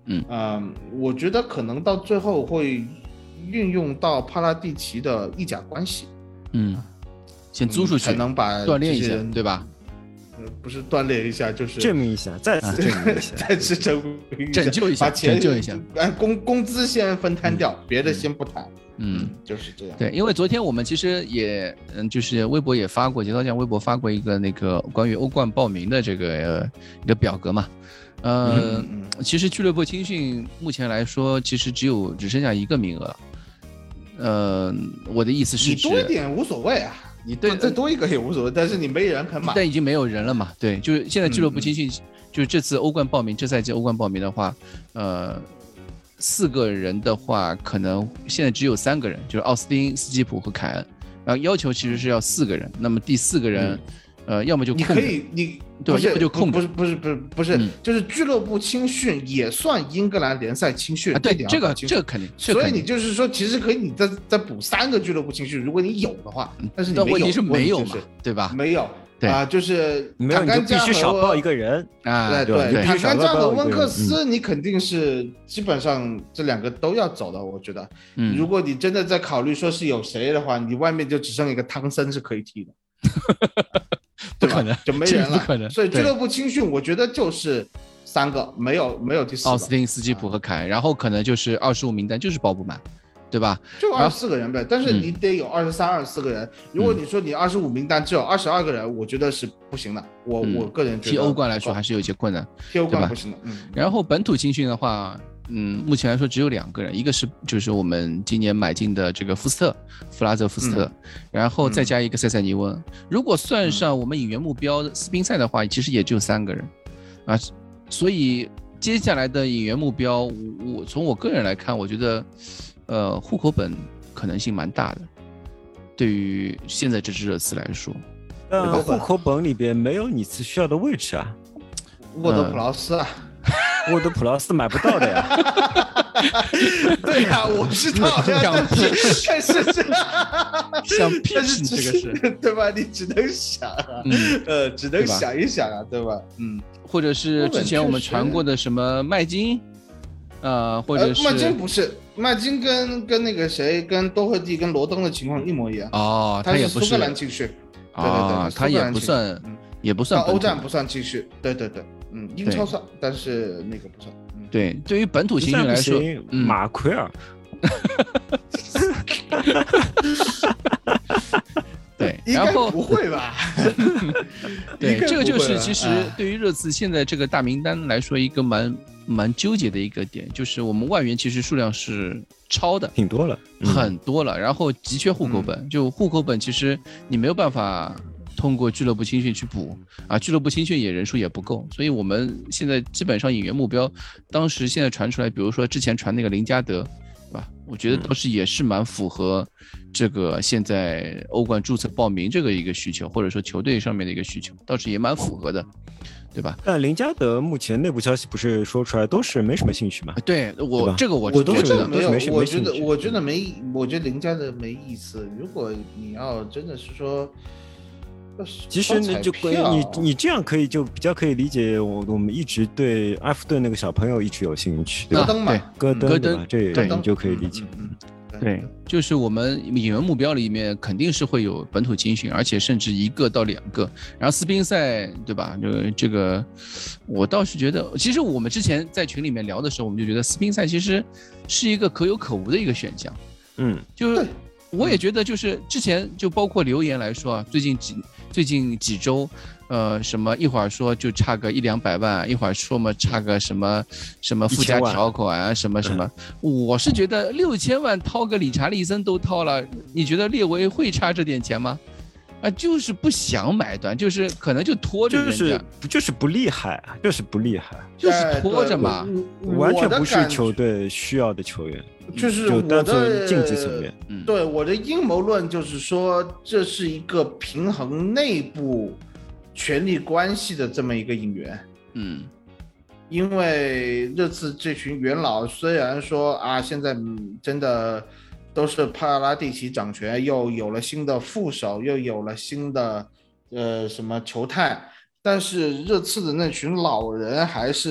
Speaker 1: 嗯
Speaker 4: 呃，我觉得可能到最后会运用到帕拉蒂奇的意甲关系，
Speaker 1: 嗯，先租出去，
Speaker 4: 才能把
Speaker 1: 锻炼一下，对吧？
Speaker 4: 不是锻炼一下，就是
Speaker 3: 证明一下，再次证明一下，
Speaker 4: 再次证明一下，
Speaker 1: 拯救一下，
Speaker 4: 把钱
Speaker 1: 拯救一下，
Speaker 4: 按工工资先分摊掉，嗯、别的先不谈。
Speaker 1: 嗯，
Speaker 4: 就是这样。
Speaker 1: 对，因为昨天我们其实也，嗯，就是微博也发过，节操酱微博发过一个那个关于欧冠报名的这个、呃、一个表格嘛。呃、嗯嗯，其实俱乐部青训目前来说，其实只有只剩下一个名额。呃，我的意思是，
Speaker 4: 你多一点无所谓啊。你对再多一个也无所谓，但是你没人肯买，
Speaker 1: 但已经没有人了嘛？对，就是现在俱乐部青训，嗯、就是这次欧冠报名，这赛季欧冠报名的话，呃，四个人的话，可能现在只有三个人，就是奥斯汀、斯基普和凯恩，然后要求其实是要四个人，那么第四个人，嗯、呃，要么就
Speaker 4: 你可以你。
Speaker 1: 对，要么就控
Speaker 4: 不是不是不是不是，嗯、就是俱乐部青训也算英格兰联赛青训，
Speaker 1: 啊、对，这个这个肯定，
Speaker 4: 所以你就是说，其实可以你再再补三个俱乐部青训，如果你有的话，但是你没有，
Speaker 1: 问题是没有嘛，
Speaker 4: 就是、
Speaker 1: 对吧？
Speaker 4: 没有，
Speaker 1: 对
Speaker 4: 啊，就是
Speaker 3: 没有，你就必须少报一个人
Speaker 1: 啊，
Speaker 4: 对对，坦甘加和温克斯，你肯定是基本上这两个都要走的，我觉得。嗯，如果你真的在考虑说是有谁的话，你外面就只剩一个汤森是可以踢的。
Speaker 1: 不可能，
Speaker 4: 就没人了，
Speaker 1: 不可能。
Speaker 4: 所以俱乐部青训，我觉得就是三个，没有没有第四个。
Speaker 1: 奥斯汀、斯基普和凯恩，然后可能就是二十五名单就是报不满，对吧？
Speaker 4: 就二十四个人呗，但是你得有二十三、二十四个人。如果你说你二十五名单只有二十二个人，我觉得是不行的。我、嗯、我个人觉得
Speaker 1: 踢欧冠来说还是有一些困难，
Speaker 4: 踢欧冠不行的。嗯。
Speaker 1: 然后本土青训的话。嗯，目前来说只有两个人，一个是就是我们今年买进的这个福斯特，弗拉泽福斯特，嗯、然后再加一个塞塞尼翁。嗯、如果算上我们引援目标斯宾塞的话，其实也就三个人啊。所以接下来的引援目标，我从我个人来看，我觉得，呃，户口本可能性蛮大的。对于现在这支热刺来说，
Speaker 3: 呃，户口本里边没有你需要的位置啊，
Speaker 4: 沃德普劳斯啊。
Speaker 3: 沃德普劳斯买不到的呀。
Speaker 4: 对呀、啊，我知道，
Speaker 1: 想
Speaker 4: 但是这
Speaker 1: 想屁事，这个是
Speaker 4: 对吧？你只能想啊，嗯、呃，只能想一想啊，对吧？嗯，
Speaker 1: 或者是之前我们传过的什么麦金，呃，或者是、
Speaker 4: 呃、麦金不是麦金跟跟那个谁，跟多赫蒂跟罗登的情况一模一样
Speaker 1: 哦，
Speaker 4: 他
Speaker 1: 也不是
Speaker 4: 苏格兰青训，对对对，
Speaker 1: 哦、他也不算，嗯、也不算
Speaker 4: 欧战不算青训，对对对。嗯，英超算，但是那个不算。嗯、
Speaker 1: 对，对于本土青训来说，
Speaker 3: 嗯、马奎尔。
Speaker 1: 对，然后
Speaker 4: 不会吧？
Speaker 1: 对，这个就是其实对于热刺现在这个大名单来说，一个蛮蛮纠结的一个点，就是我们外援其实数量是超的，
Speaker 3: 挺多了，
Speaker 1: 嗯、很多了，然后急缺户口本，嗯、就户口本其实你没有办法。通过俱乐部青训去补啊，俱乐部青训也人数也不够，所以我们现在基本上引援目标，当时现在传出来，比如说之前传那个林加德，对吧？我觉得倒是也是蛮符合这个现在欧冠注册报名这个一个需求，或者说球队上面的一个需求，倒是也蛮符合的，对吧？
Speaker 3: 但林加德目前内部消息不是说出来都是没什么兴趣嘛？
Speaker 1: 对我这个我
Speaker 3: 我都
Speaker 4: 觉
Speaker 3: 得
Speaker 4: 没有，我觉
Speaker 3: 得
Speaker 4: 我觉得没，我觉得林加德没意思。如果你要真的是说。
Speaker 3: 其实呢，就你你这样可以就比较可以理解我我们一直对埃弗顿那个小朋友一直有兴趣，
Speaker 4: 戈登嘛，
Speaker 3: 戈登
Speaker 1: 戈登，
Speaker 3: 这你就可以理解。
Speaker 4: 嗯，
Speaker 1: 对，就是我们引援目标里面肯定是会有本土青训，而且甚至一个到两个。然后斯宾塞，对吧？就这个，我倒是觉得，其实我们之前在群里面聊的时候，我们就觉得斯宾塞其实是一个可有可无的一个选项。
Speaker 3: 嗯，
Speaker 1: 就是我也觉得，就是之前就包括留言来说啊，最近几。最近几周，呃，什么一会儿说就差个一两百万，一会儿说嘛差个什么什么附加条款啊，什么什么。我是觉得六千万掏个理查利森都掏了，你觉得列维会差这点钱吗？啊，就是不想买断，就是可能就拖着人家，
Speaker 3: 就是就是不厉害啊，就是不厉害，
Speaker 1: 就是拖着嘛，
Speaker 3: 完全不是球队需要的球员。
Speaker 4: 就是我
Speaker 3: 的竞技层面，
Speaker 4: 嗯，对我的阴谋论就是说，这是一个平衡内部权力关系的这么一个引援，
Speaker 1: 嗯，
Speaker 4: 因为热刺这群元老虽然说啊，现在真的都是帕拉蒂奇掌权，又有了新的副手，又有了新的呃什么球探，但是热刺的那群老人还是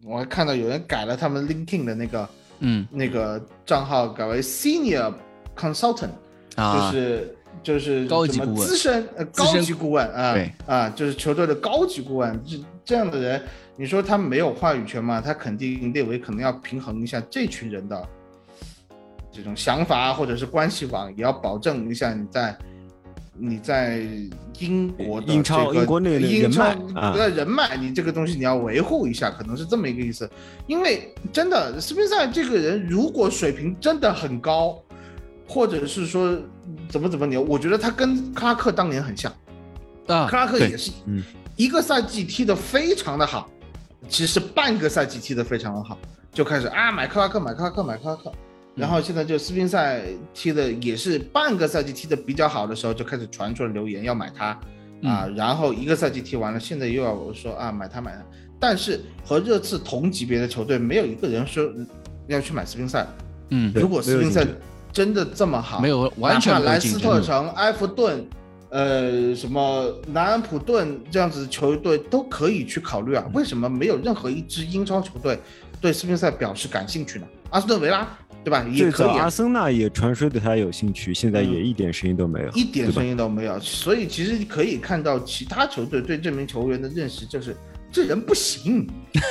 Speaker 4: 我还看到有人改了他们 LinkedIn 的那个
Speaker 1: 嗯
Speaker 4: 那个账号，改为 Senior Consultant，、啊、就是就是
Speaker 1: 高级顾问、
Speaker 4: 资深呃高级顾问啊，
Speaker 1: 对
Speaker 4: 啊，就是球队的高级顾问，这这样的人，你说他没有话语权吗？他肯定列维可能要平衡一下这群人的这种想法或者是关系网，也要保证一下你在你在英国的、这个、
Speaker 3: 英超英国内的人脉
Speaker 4: 啊，人脉，你这个东西你要维护一下，可能是这么一个意思。因为真的斯宾塞这个人，如果水平真的很高，或者是说怎么怎么牛，我觉得他跟克拉克当年很像。啊，克拉克也是一个赛季踢得非常的好，其实半个赛季踢得非常的好，就开始啊买克拉克买克拉克买克拉克。然后现在就斯宾塞踢的也是半个赛季踢的比较好的时候，就开始传出了流言要买他啊，
Speaker 1: 嗯、
Speaker 4: 然后一个赛季踢完了，现在又要我说啊买他买他，但是和热刺同级别的球队没有一个人说要去买斯宾塞。
Speaker 1: 嗯，
Speaker 4: 如果斯宾塞真的这么好，
Speaker 1: 没有完全没有
Speaker 4: 莱斯特城、埃弗顿、呃什么南安普顿这样子的球队都可以去考虑啊，为什么没有任何一支英超球队对斯宾塞表示感兴趣呢？阿斯顿维拉。对吧？也可以、啊。
Speaker 3: 阿森纳也传说对他有兴趣，现在也一点声音都没有，
Speaker 4: 嗯、一点声音都没有。所以其实可以看到，其他球队对这名球员的认识就是这人不行。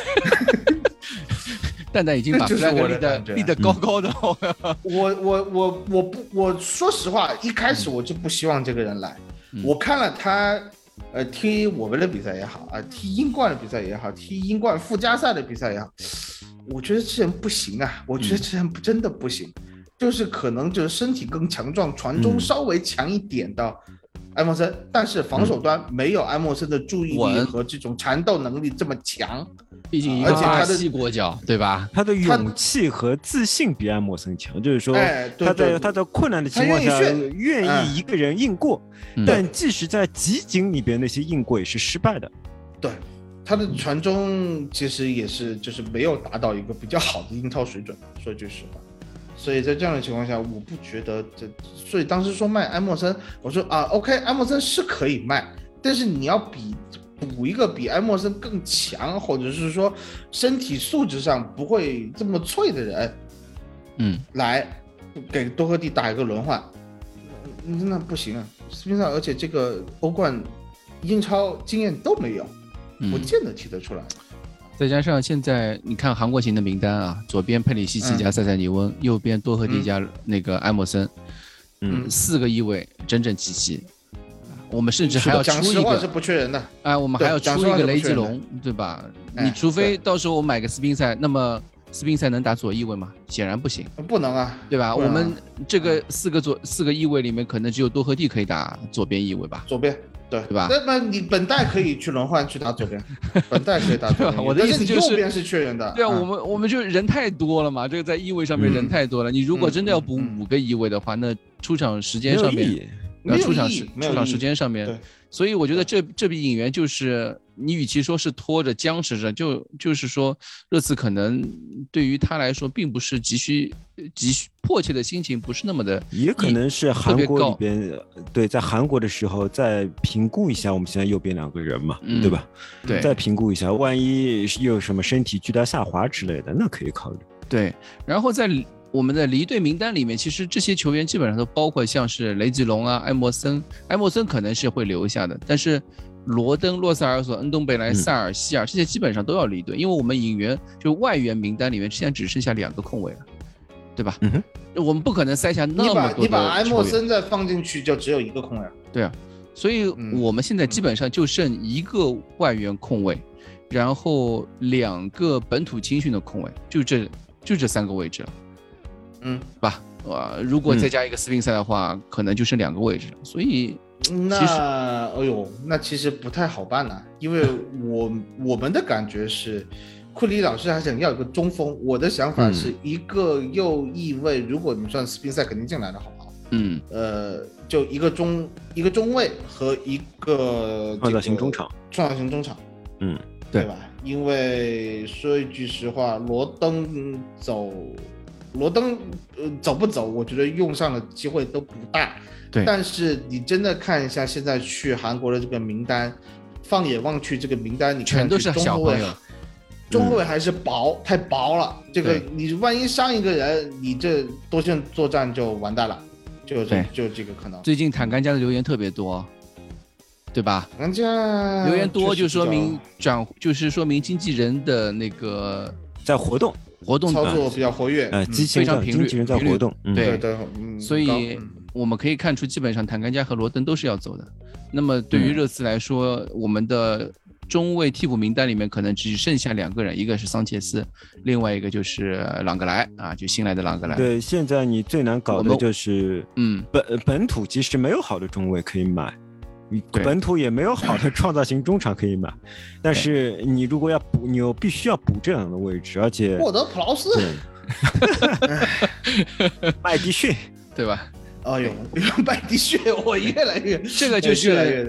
Speaker 1: 蛋蛋已经把 flag 立得立得高高的。
Speaker 4: 嗯、我我我我不我说实话，一开始我就不希望这个人来。嗯、我看了他，呃，踢我们的比赛也好啊，踢英冠的比赛也好，踢英冠附加赛的比赛也好。我觉得这人不行啊！我觉得这人真的不行，嗯、就是可能就是身体更强壮，传中稍微强一点的埃默森，嗯、但是防守端没有埃默森的注意力和这种缠斗能力这么强。
Speaker 1: 毕竟一个巴西国脚，对吧？
Speaker 3: 他的勇气和自信比埃默森强，就是说他在他在困难的情况下愿意一个人硬过，
Speaker 1: 嗯、
Speaker 3: 但即使在集锦里边那些硬过也是失败的。
Speaker 4: 对。他的传中其实也是就是没有达到一个比较好的英超水准，说句实话。所以在这样的情况下，我不觉得这，所以当时说卖埃默森，我说啊 ，OK， 埃默森是可以卖，但是你要比补一个比埃默森更强，或者是说身体素质上不会这么脆的人，
Speaker 1: 嗯，
Speaker 4: 来给多赫蒂打一个轮换，那不行啊，斯宾塞，而且这个欧冠、英超经验都没有。不见得踢得出来、
Speaker 1: 嗯，再加上现在你看韩国行的名单啊，左边佩里西奇加塞塞尼翁，嗯、右边多赫蒂加那个埃默森，嗯，四个翼位整整齐齐。我们甚至还要出一个，
Speaker 4: 讲实话是不缺人的，
Speaker 1: 哎，我们还要出一个雷吉隆，对吧？
Speaker 4: 哎、
Speaker 1: 你除非到时候我买个斯宾塞，那么斯宾塞能打左翼位吗？显然不行，
Speaker 4: 不能啊，
Speaker 1: 对吧？
Speaker 4: 啊、
Speaker 1: 我们这个四个左四个翼位里面，可能只有多赫蒂可以打左边翼位吧？
Speaker 4: 左边。对
Speaker 1: 对吧？
Speaker 4: 那么你本代可以去轮换去打左边，本代可以打左边。
Speaker 1: 我的意思就是
Speaker 4: 右边是缺人的。
Speaker 1: 对啊，嗯、我们我们就人太多了嘛，这个在翼位上面人太多了。嗯、你如果真的要补五个翼位的话，嗯、那出场时间上面，
Speaker 4: 那
Speaker 1: 出场时出场时间上面，所以我觉得这这笔引援就是你与其说是拖着僵持着，就就是说热刺可能对于他来说并不是急需急需迫切的心情不是那么的，
Speaker 3: 也可能是韩国里边对在韩国的时候再评估一下我们现在右边两个人嘛，
Speaker 1: 嗯、
Speaker 3: 对吧？
Speaker 1: 对，
Speaker 3: 再评估一下，万一又有什么身体巨大下滑之类的，那可以考虑。
Speaker 1: 对，然后在我们的离队名单里面，其实这些球员基本上都包括像是雷吉隆啊、埃默森，埃默森可能是会留下的，但是罗登、洛塞尔索、恩东贝莱、塞尔、希尔这些基本上都要离队，因为我们引援就外援名单里面现在只剩下两个空位了，对吧？
Speaker 3: 嗯哼，
Speaker 1: 我们不可能塞下那么多的球员。
Speaker 4: 你把你把埃默森再放进去，就只有一个空位了。
Speaker 1: 对啊，所以我们现在基本上就剩一个外援空位，然后两个本土青训的空位，就这就这三个位置了。
Speaker 4: 嗯，
Speaker 1: 吧，哇，如果再加一个斯宾塞的话，嗯、可能就剩两个位置了。所以，
Speaker 4: 那哎呦，那其实不太好办了，因为我我们的感觉是，库里老师还想要一个中锋。我的想法是一个右翼位，嗯、如果你算斯宾塞肯定进来的好不好？
Speaker 1: 嗯，
Speaker 4: 呃，就一个中一个中卫和一个
Speaker 3: 创造型中场，
Speaker 4: 创造型中场，
Speaker 3: 嗯，
Speaker 4: 对吧？因为说一句实话，罗登走。罗登呃走不走，我觉得用上的机会都不大。
Speaker 1: 对，
Speaker 4: 但是你真的看一下现在去韩国的这个名单，放眼望去这个名单，你看
Speaker 1: 全都是小朋友。
Speaker 4: 中后卫还是薄，嗯、太薄了。这个你万一伤一个人，你这多线作战就完蛋了，就这就这个可能。
Speaker 1: 最近坦甘加的留言特别多，对吧？
Speaker 4: 坦甘加
Speaker 1: 留言多就说明转，就是说明经纪人的那个
Speaker 3: 在活动。
Speaker 1: 活动
Speaker 4: 操作比较活跃，
Speaker 3: 呃，机器人
Speaker 1: 非常频率，
Speaker 3: 经纪人在活动，
Speaker 1: 嗯、对
Speaker 4: 对，嗯、
Speaker 1: 所以我们可以看出，基本上坦甘加和罗登都是要走的。那么对于热刺来说，嗯、我们的中卫替补名单里面可能只剩下两个人，一个是桑切斯，另外一个就是朗格莱啊，就新来的朗格莱。
Speaker 3: 对，现在你最难搞的就是嗯，本本土其实没有好的中卫可以买。本土也没有好的创造型中场可以买，但是你如果要补，你又必须要补这样的位置，而且
Speaker 4: 获得普劳斯，
Speaker 3: 麦迪逊，
Speaker 1: 对吧？
Speaker 4: 哎呦，麦迪逊，我越来越
Speaker 1: 这个就是，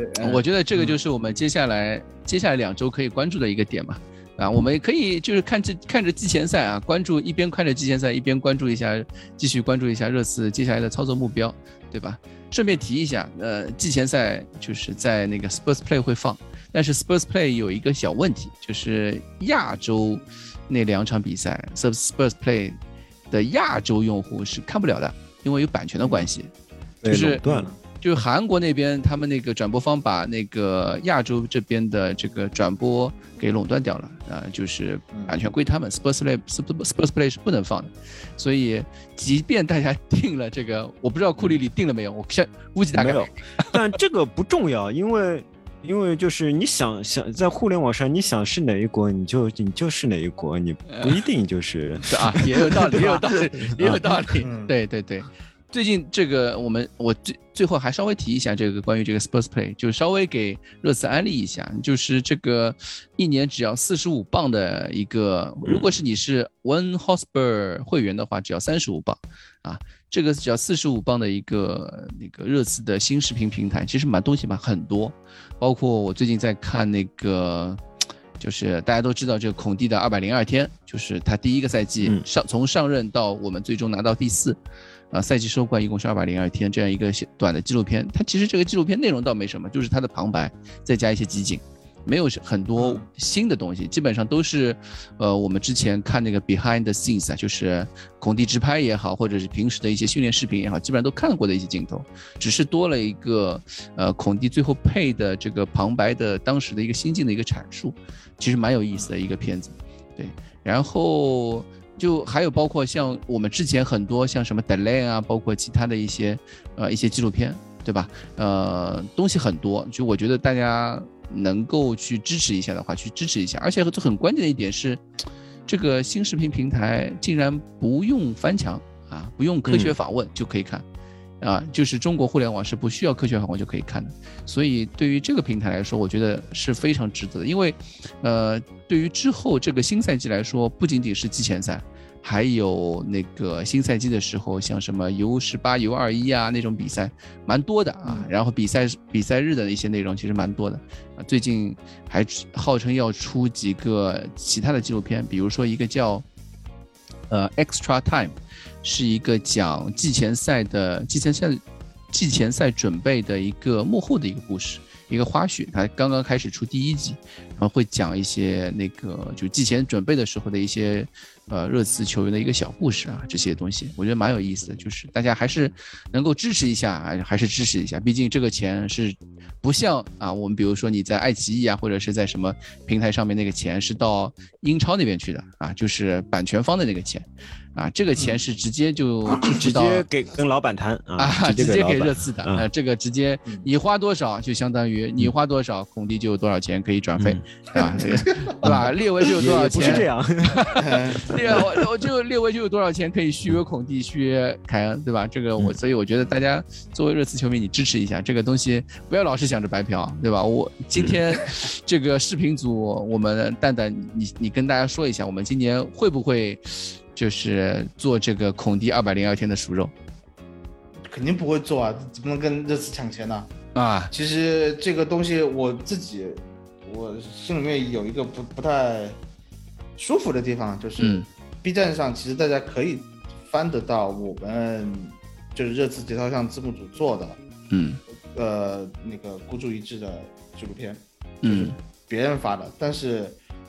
Speaker 1: 我觉得这个就是我们接下来、嗯、接下来两周可以关注的一个点嘛。啊，我们可以就是看着看着季前赛啊，关注一边看着季前赛，一边关注一下，继续关注一下热刺接下来的操作目标，对吧？顺便提一下，呃，季前赛就是在那个 Spurs Play 会放，但是 Spurs Play 有一个小问题，就是亚洲那两场比赛 Spurs Play 的亚洲用户是看不了的，因为有版权的关系，就是
Speaker 3: 断了。
Speaker 1: 就是韩国那边，他们那个转播方把那个亚洲这边的这个转播给垄断掉了啊、呃，就是版权归他们 ，Spurs Play Spurs Play 是不能放的，所以即便大家定了这个，我不知道库里里定了没有，我估计大概
Speaker 3: 没有，但这个不重要，因为因为就是你想想在互联网上，你想是哪一国，你就你就是哪一国，你不一定就是
Speaker 1: 啊，也有道理，也有道理，也有道理，对对对。最近这个我们我最最后还稍微提一下这个关于这个 Spurs Play， 就稍微给热刺安利一下，就是这个一年只要四十五磅的一个，如果是你是 One Hotspur 会员的话，只要三十五磅啊，这个只要四十五磅的一个那个热刺的新视频平台，其实蛮东西嘛很多，包括我最近在看那个。就是大家都知道这个孔蒂的二百零二天，就是他第一个赛季上从上任到我们最终拿到第四，啊，赛季收官一共是二百零二天这样一个短的纪录片。它其实这个纪录片内容倒没什么，就是它的旁白再加一些集锦，没有很多新的东西，基本上都是，呃，我们之前看那个 behind the scenes 啊，就是孔蒂直拍也好，或者是平时的一些训练视频也好，基本上都看过的一些镜头，只是多了一个呃孔蒂最后配的这个旁白的当时的一个心境的一个阐述，其实蛮有意思的一个片子，对，然后就还有包括像我们之前很多像什么 Delay 啊，包括其他的一些呃一些纪录片，对吧？呃，东西很多，就我觉得大家能够去支持一下的话，去支持一下。而且很关键的一点是，这个新视频平台竟然不用翻墙啊，不用科学访问就可以看。嗯啊，就是中国互联网是不需要科学访问就可以看的，所以对于这个平台来说，我觉得是非常值得的。因为，呃，对于之后这个新赛季来说，不仅仅是季前赛，还有那个新赛季的时候，像什么 U 十八、U 二十一啊那种比赛，蛮多的啊。然后比赛比赛日的一些内容其实蛮多的啊。最近还号称要出几个其他的纪录片，比如说一个叫呃 Extra Time。是一个讲季前赛的季前赛季前赛准备的一个幕后的一个故事，一个花絮。他刚刚开始出第一集，然后会讲一些那个就季前准备的时候的一些呃热刺球员的一个小故事啊，这些东西我觉得蛮有意思的。就是大家还是能够支持一下，还是支持一下，毕竟这个钱是不像啊，我们比如说你在爱奇艺啊，或者是在什么平台上面那个钱是到英超那边去的啊，就是版权方的那个钱。啊，这个钱是直接就
Speaker 3: 直接给跟老板谈啊，
Speaker 1: 啊直接给热刺的，呃，这个直接你花多少就相当于你花多少，孔蒂就有多少钱可以转费，
Speaker 3: 嗯、
Speaker 1: 啊，对吧？列维就有多少钱？
Speaker 3: 不是这样，
Speaker 1: 列我我就列维就有多少钱可以续约孔蒂、续约凯恩，对吧？这个我所以我觉得大家作为热刺球迷，你支持一下这个东西，不要老是想着白嫖，对吧？我今天这个视频组，我们蛋蛋，你你跟大家说一下，我们今年会不会？就是做这个孔蒂二百零二天的熟肉，
Speaker 4: 肯定不会做啊，怎么能跟热刺抢钱呢？
Speaker 1: 啊，
Speaker 4: 其实这个东西我自己，我心里面有一个不不太舒服的地方，就是 B 站上其实大家可以翻得到我们就是热刺节操上字幕组做的，
Speaker 1: 嗯，
Speaker 4: 呃，那个孤注一掷的纪录片，嗯，别人发的，但是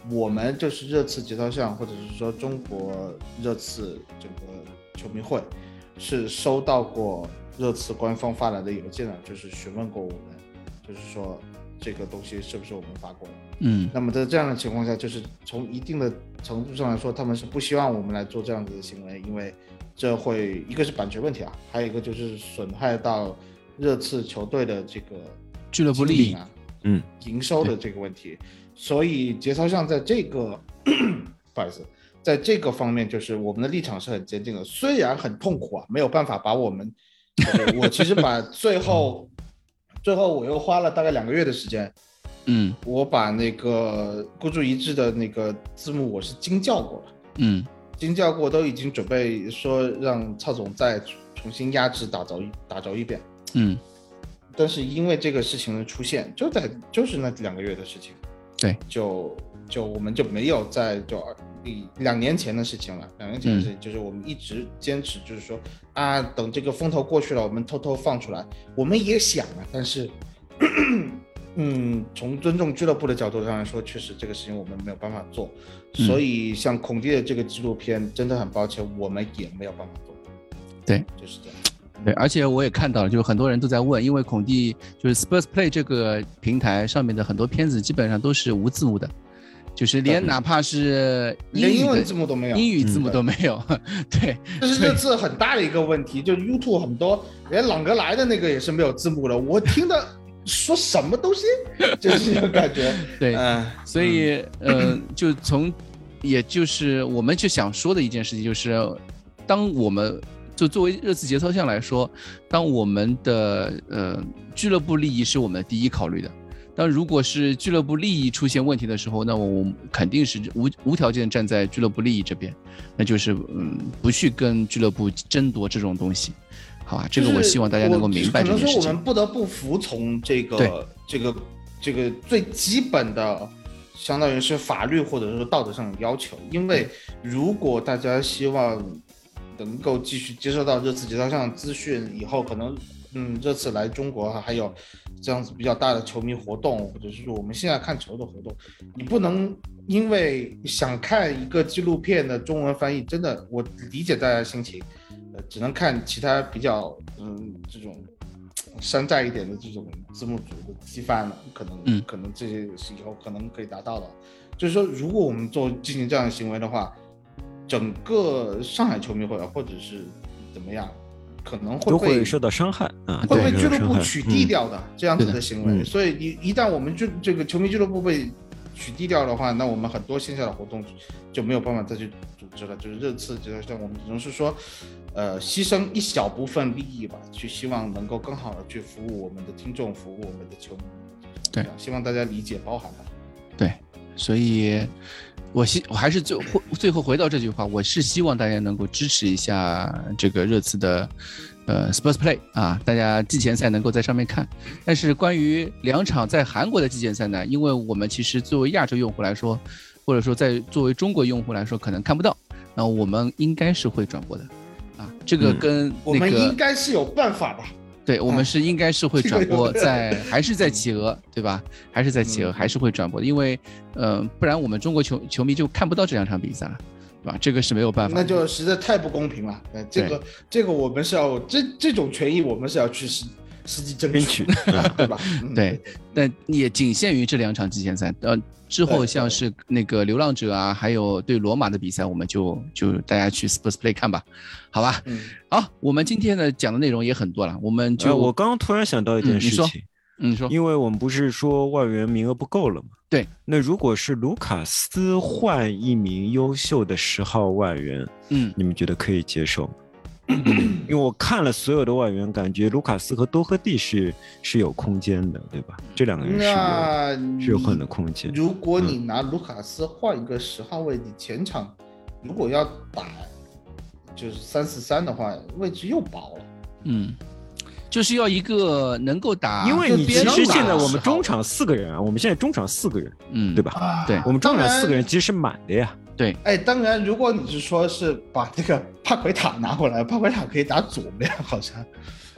Speaker 4: 我们就是热刺节操巷，或者是说中国热刺整个球迷会是收到过热刺官方发来的邮件的，就是询问过我们，就是说这个东西是不是我们发过的。
Speaker 1: 嗯，
Speaker 4: 那么在这样的情况下，就是从一定的程度上来说，他们是不希望我们来做这样子的行为，因为这会一个是版权问题啊，还有一个就是损害到热刺球队的这个
Speaker 1: 俱乐部利益
Speaker 4: 啊，嗯，营收的这个问题。所以节操巷在这个不好意思，在这个方面，就是我们的立场是很坚定的，虽然很痛苦啊，没有办法把我们，我其实把最后最后我又花了大概两个月的时间，
Speaker 1: 嗯，
Speaker 4: 我把那个孤注一掷的那个字幕我是精校过了，
Speaker 1: 嗯，
Speaker 4: 精校过都已经准备说让曹总再重新压制打轴打轴一遍，
Speaker 1: 嗯，
Speaker 4: 但是因为这个事情的出现，就在就是那两个月的事情。
Speaker 1: 对，
Speaker 4: 就就我们就没有在就两年前的事情了，两年前的事情就是我们一直坚持，就是说、嗯、啊，等这个风头过去了，我们偷偷放出来。我们也想啊，但是，咳咳嗯，从尊重俱乐部的角度上来说，确实这个事情我们没有办法做。嗯、所以像孔蒂的这个纪录片，真的很抱歉，我们也没有办法做。
Speaker 1: 对，
Speaker 4: 就是这样。
Speaker 1: 对，而且我也看到了，就是很多人都在问，因为孔蒂就是 Spurs Play 这个平台上面的很多片子基本上都是无字幕的，就是连哪怕是英语
Speaker 4: 连英文字幕都没有，
Speaker 1: 英语字幕都没有。嗯、对，
Speaker 4: 这是这次很大的一个问题，就是 YouTube 很多连朗格莱的那个也是没有字幕的，我听的说什么东西，就是这个感觉。
Speaker 1: 对，呃、所以呃，就从也就是我们就想说的一件事情就是，当我们。就作为热刺节操巷来说，当我们的呃俱乐部利益是我们的第一考虑的，当如果是俱乐部利益出现问题的时候，那我们肯定是无无条件站在俱乐部利益这边，那就是嗯不去跟俱乐部争夺这种东西，好吧？这个我希望大家能够明白这件事情。
Speaker 4: 可能说我们不得不服从这个这个这个最基本的，相当于是法律或者说道德上的要求，因为如果大家希望能够继续接受到热刺节操巷资讯，以后可能嗯热刺来中国还有这样子比较大的球迷活动，或者是我们现在看球的活动，你不能因为想看一个纪录片的中文翻译，真的我理解大家的心情，呃，只能看其他比较嗯这种山寨一点的这种字幕组的机翻了，可能、嗯、可能这些是以后可能可以达到的。就是说，如果我们做进行这样的行为的话，整个上海球迷会或者是怎么样，可能会被
Speaker 3: 都会受到伤害啊，
Speaker 4: 会被俱乐部取缔掉的、嗯、这样子的行为。
Speaker 3: 嗯、
Speaker 4: 所以一一旦我们就这个球迷俱乐部被取缔掉的话，那我们很多线下的活动就没有办法再去组织了。就是热刺，就像我们只能是说，呃，牺牲一小部分利益吧，去希望能够更好的去服务我们的听众，服务我们的球迷。
Speaker 1: 对，
Speaker 4: 希望大家理解包涵吧。
Speaker 1: 对，所以。我希我还是最最后回到这句话，我是希望大家能够支持一下这个热刺的呃 Spurs Play 啊，大家季前赛能够在上面看。但是关于两场在韩国的季前赛呢，因为我们其实作为亚洲用户来说，或者说在作为中国用户来说，可能看不到，那我们应该是会转播的啊。这个跟、那个、
Speaker 4: 我们应该是有办法的。
Speaker 1: 对，我们是应该是会转播在，在还是在企鹅，对吧？还是在企鹅，还是会转播的，因为，呃，不然我们中国球球迷就看不到这两场比赛了，对吧？这个是没有办法，
Speaker 4: 那就实在太不公平了。这个这个我们是要这这种权益，我们是要去实实际争取，对吧？
Speaker 1: 嗯、对，但也仅限于这两场季前赛，呃，之后像是那个流浪者啊，还有对罗马的比赛，我们就就大家去 Spurs Play 看吧。好吧、嗯，好，我们今天的讲的内容也很多了，我们就、呃、
Speaker 3: 我刚刚突然想到一件事情，
Speaker 1: 嗯，你说，
Speaker 3: 因为我们不是说外援名额不够了吗？
Speaker 1: 对，
Speaker 3: 那如果是卢卡斯换一名优秀的十号外援，嗯，你们觉得可以接受吗？因为我看了所有的外援，感觉卢卡斯和多赫蒂是是有空间的，对吧？这两个人是有是有很多空间。
Speaker 4: 如果你拿卢卡斯换一个十号位，你前场如果要打。就是三四三的话，位置又薄了。
Speaker 1: 嗯，就是要一个能够打，
Speaker 3: 因为你其实现在我们中场四个人啊，我们现在中场四个人，嗯，对吧？
Speaker 1: 啊、对，
Speaker 3: 我们中场四个人其实是满的呀。
Speaker 1: 对，
Speaker 4: 哎，当然，如果你是说是把这个帕奎塔拿回来，帕奎塔可以打左边，好像。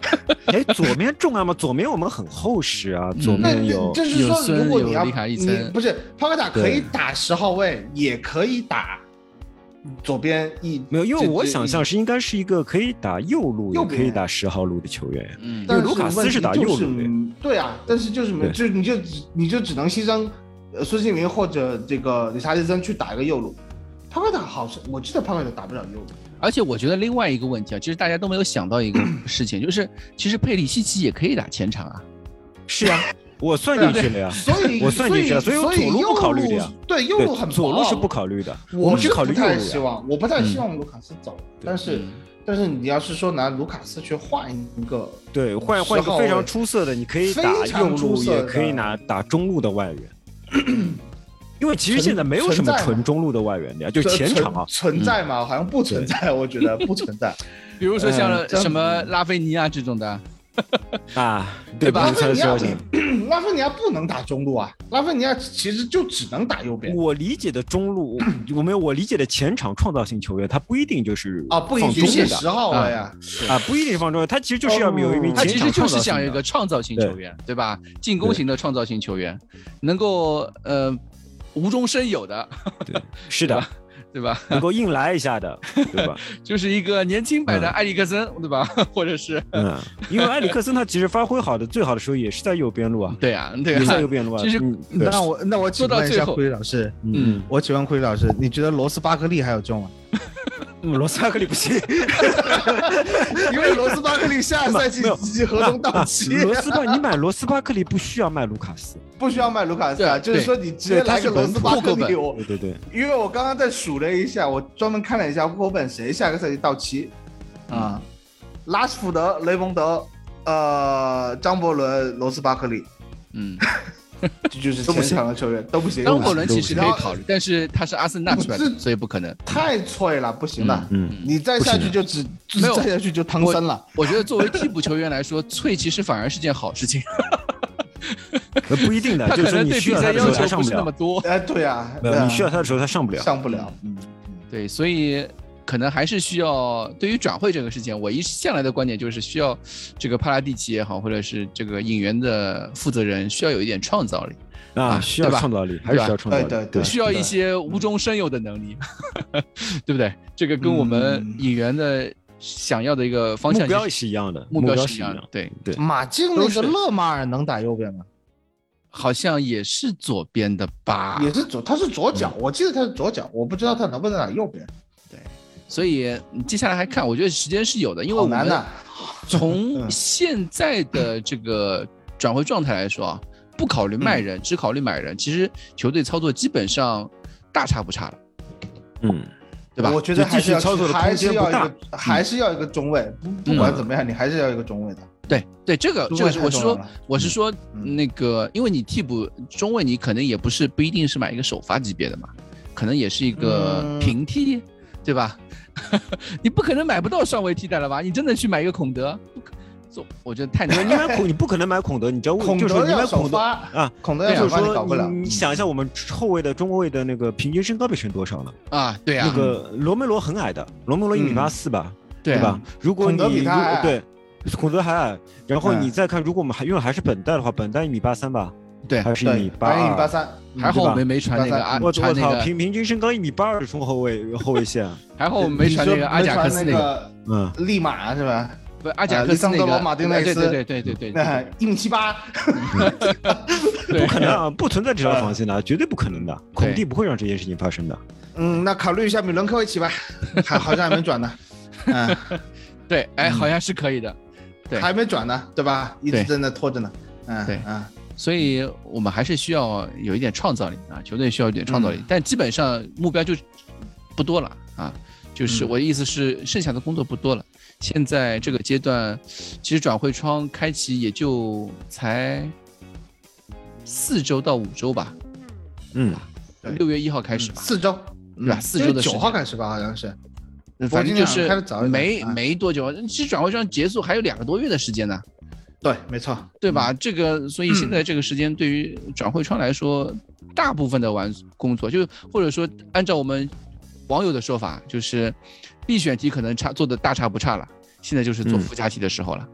Speaker 3: 哎，左面重要吗？左面我们很厚实啊，左面有，
Speaker 4: 嗯、就是说，如果你要
Speaker 1: 里卡利森，
Speaker 4: 不是帕卡塔可以打十号位，也可以打左边一
Speaker 3: 没有，因为我想象是应该是一个可以打右路，也可以打十号路的球员。
Speaker 1: 嗯，
Speaker 3: 因为卢卡斯是打右路的。
Speaker 4: 对啊，但是就是没，就你就你就只能牺牲孙兴民或者这个理查利森去打一个右路。帕卡塔好像我记得帕卡塔打不了右路。
Speaker 1: 而且我觉得另外一个问题啊，其实大家都没有想到一个事情，就是其实佩里西奇也可以打前场啊。
Speaker 3: 是啊，我算进去了呀，
Speaker 4: 所以
Speaker 3: 我算进去了，所以我左路不考虑的呀。
Speaker 4: 对，右路很
Speaker 3: 左路是不考虑的，
Speaker 4: 我
Speaker 3: 们是考虑右路。
Speaker 4: 我不太希望，我不太希望卢卡斯走，但是但是你要是说拿卢卡斯去换一个，
Speaker 3: 对，换换一个非常出色的，你可以打右路，也可以拿打中路的外援。因为其实现在没有什么纯中路的外援的呀，就前场啊，
Speaker 4: 存在吗？好像不存在，我觉得不存在。
Speaker 1: 比如说像什么拉菲尼亚这种的
Speaker 3: 啊，对吧？
Speaker 4: 拉菲尼亚，拉菲尼亚不能打中路啊，拉菲尼亚其实就只能打右边。
Speaker 3: 我理解的中路，我没有我理解的前场创造性球员，他不一定就是
Speaker 4: 啊，不一定是十号位啊，
Speaker 3: 啊，不一定是放中路，他其实就是要有一名前场创造性的，
Speaker 1: 他其实就是想有一个创造性球员，对吧？进攻型的创造性球员，能够呃。无中生有的，
Speaker 3: 对，是的，
Speaker 1: 对吧？
Speaker 3: 能够硬来一下的，对吧？
Speaker 1: 就是一个年轻版的埃里克森，嗯、对吧？或者是，
Speaker 3: 嗯，因为埃里克森他其实发挥好的最好的时候也是在右边路啊，
Speaker 1: 对啊，对啊，
Speaker 3: 也在右边路啊。
Speaker 1: 其实，
Speaker 3: 嗯、
Speaker 4: 那我那我请问一下库里老师，嗯，我请问库里老师，你觉得罗斯巴克利还有中吗？
Speaker 3: 嗯，罗斯巴克利不行，
Speaker 4: 因为罗斯巴克利下赛季合同到期。
Speaker 3: 罗斯巴，你买罗斯巴克利不需要卖卢卡斯，
Speaker 4: 不需要卖卢卡斯啊，就是说你直接来个罗斯巴克利。
Speaker 3: 对对对，
Speaker 4: 因为我刚刚在数了一下，我专门看了一下户口本谁下个赛季到期啊，拉什福德、雷蒙德、呃，张伯伦、罗斯巴克利，嗯。这就是前场的球员都不行。
Speaker 1: 张伯伦其实可以考虑，但是他是阿森纳出来的，所以不可能。
Speaker 4: 太脆了，不行了。嗯，你再下去就只没有再下去就汤森了。
Speaker 1: 我觉得作为替补球员来说，脆其实反而是件好事情。
Speaker 3: 不一定的，
Speaker 1: 他可能对比赛要求不是那么多。
Speaker 4: 哎，对啊，
Speaker 3: 你需要他的时候他上不了，
Speaker 4: 上不了。嗯，
Speaker 1: 对，所以。可能还是需要对于转会这个事情，我一向来的观点就是需要这个帕拉蒂奇也好，或者是这个引援的负责人需要有一点创造力
Speaker 3: 啊，需要创造力，还是需要创造力，
Speaker 4: 对对，
Speaker 1: 需要一些无中生有的能力，对不对？这个跟我们引援的想要的一个方向
Speaker 3: 目标是一样的，
Speaker 1: 目标是一样的，对
Speaker 3: 对。
Speaker 4: 马竞那个勒马尔能打右边吗？
Speaker 1: 好像也是左边的吧？
Speaker 4: 也是左，他是左脚，我记得他是左脚，我不知道他能不能打右边。
Speaker 1: 所以接下来还看，我觉得时间是有的，因为我们从现在的这个转会状态来说啊，不考虑卖人，只考虑买人，其实球队操作基本上大差不差了，
Speaker 3: 嗯，
Speaker 4: 对吧？我觉得还是要
Speaker 3: 操作的空间不大，
Speaker 4: 还是要一个中卫，不管怎么样，你还是要一个中卫的。
Speaker 1: 对对，这个这个我是说我是说那个，因为你替补中卫，你可能也不是不一定是买一个首发级别的嘛，可能也是一个平替，对吧？你不可能买不到上位替代了吧？你真的去买一个孔德，我觉得太难了。
Speaker 3: 你买孔，你不可能买孔德，你知道
Speaker 4: 孔德
Speaker 3: 要首
Speaker 4: 发
Speaker 3: 啊，
Speaker 4: 孔德要首发你搞不了。
Speaker 3: 你想一下，我们后卫的中卫的那个平均身高比升多少了
Speaker 1: 啊？对啊，
Speaker 3: 那个罗梅罗很矮的，罗梅罗一米八四吧，
Speaker 1: 对
Speaker 3: 吧？如果你
Speaker 4: 孔德比他矮，
Speaker 3: 对，孔德还矮。然后你再看，如果我们还因为还是本代的话，本代一米八三吧。
Speaker 1: 对，
Speaker 3: 还是一米八，
Speaker 4: 一米八三，
Speaker 1: 还好我们没传那个阿，
Speaker 3: 我操，平平均身高一米八二的中后卫后卫线，
Speaker 1: 还好我们没传那个阿贾克斯那个，
Speaker 4: 嗯，利马是吧？
Speaker 1: 不，阿贾克斯那个，
Speaker 4: 罗马丁内斯，
Speaker 1: 对对对对对，
Speaker 4: 一米七八，
Speaker 3: 不可能啊，不存在这条防线的，绝对不可能的，孔蒂不会让这件事情发生的。
Speaker 4: 嗯，那考虑一下米伦科维奇吧，还好像还没转呢，
Speaker 1: 嗯，对，哎，好像是可以的，对，
Speaker 4: 还没转呢，对吧？一直在那拖着呢，嗯，
Speaker 1: 对，
Speaker 4: 嗯。
Speaker 1: 所以我们还是需要有一点创造力啊，球队需要一点创造力，嗯、但基本上目标就不多了啊。就是我的意思是，剩下的工作不多了。现在这个阶段，其实转会窗开启也就才四周到五周吧。
Speaker 3: 嗯，
Speaker 1: 六月一号开始吧，
Speaker 4: 四周，
Speaker 1: 对吧？四周的
Speaker 4: 九号开始吧，好像是。
Speaker 1: 反正就是没没多久，其实转会窗结束还有两个多月的时间呢。
Speaker 4: 对，没错，
Speaker 1: 对吧？嗯、这个，所以现在这个时间对于转会窗来说，嗯、大部分的完工作，就或者说按照我们网友的说法，就是必选题可能差做的大差不差了，现在就是做附加题的时候了，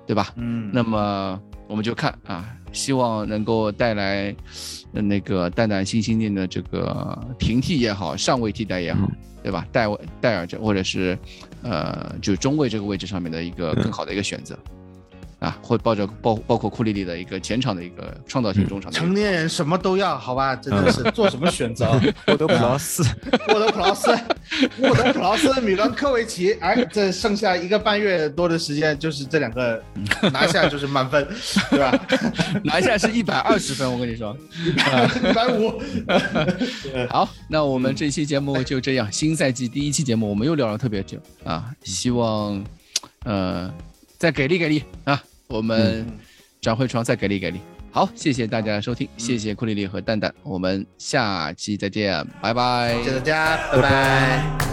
Speaker 1: 对吧？
Speaker 4: 嗯，
Speaker 1: 那么我们就看啊，希望能够带来那个蛋蛋心心念的这个平替也好，上位替代也好，对吧？戴戴尔这或者是呃，就中卫这个位置上面的一个更好的一个选择。啊，会抱着包包括库里里的一个前场的一个创造性中场的、嗯，
Speaker 4: 成年人什么都要，好吧，真的是做什么选择？
Speaker 3: 沃德普劳斯，
Speaker 4: 沃德普劳斯，沃德普劳斯，米兰科维奇，哎，这剩下一个半月多的时间，就是这两个拿下就是满分，对吧？
Speaker 1: 拿下是一百二十分，我跟你说，
Speaker 4: 一百五。
Speaker 1: 好，那我们这期节目就这样，新赛季第一期节目我们又聊了特别久啊，希望呃再给力给力啊！我们转会窗再给力给力，好，谢谢大家的收听，谢谢库里里和蛋蛋，我们下期再见，拜拜，
Speaker 4: 谢谢大家，拜拜。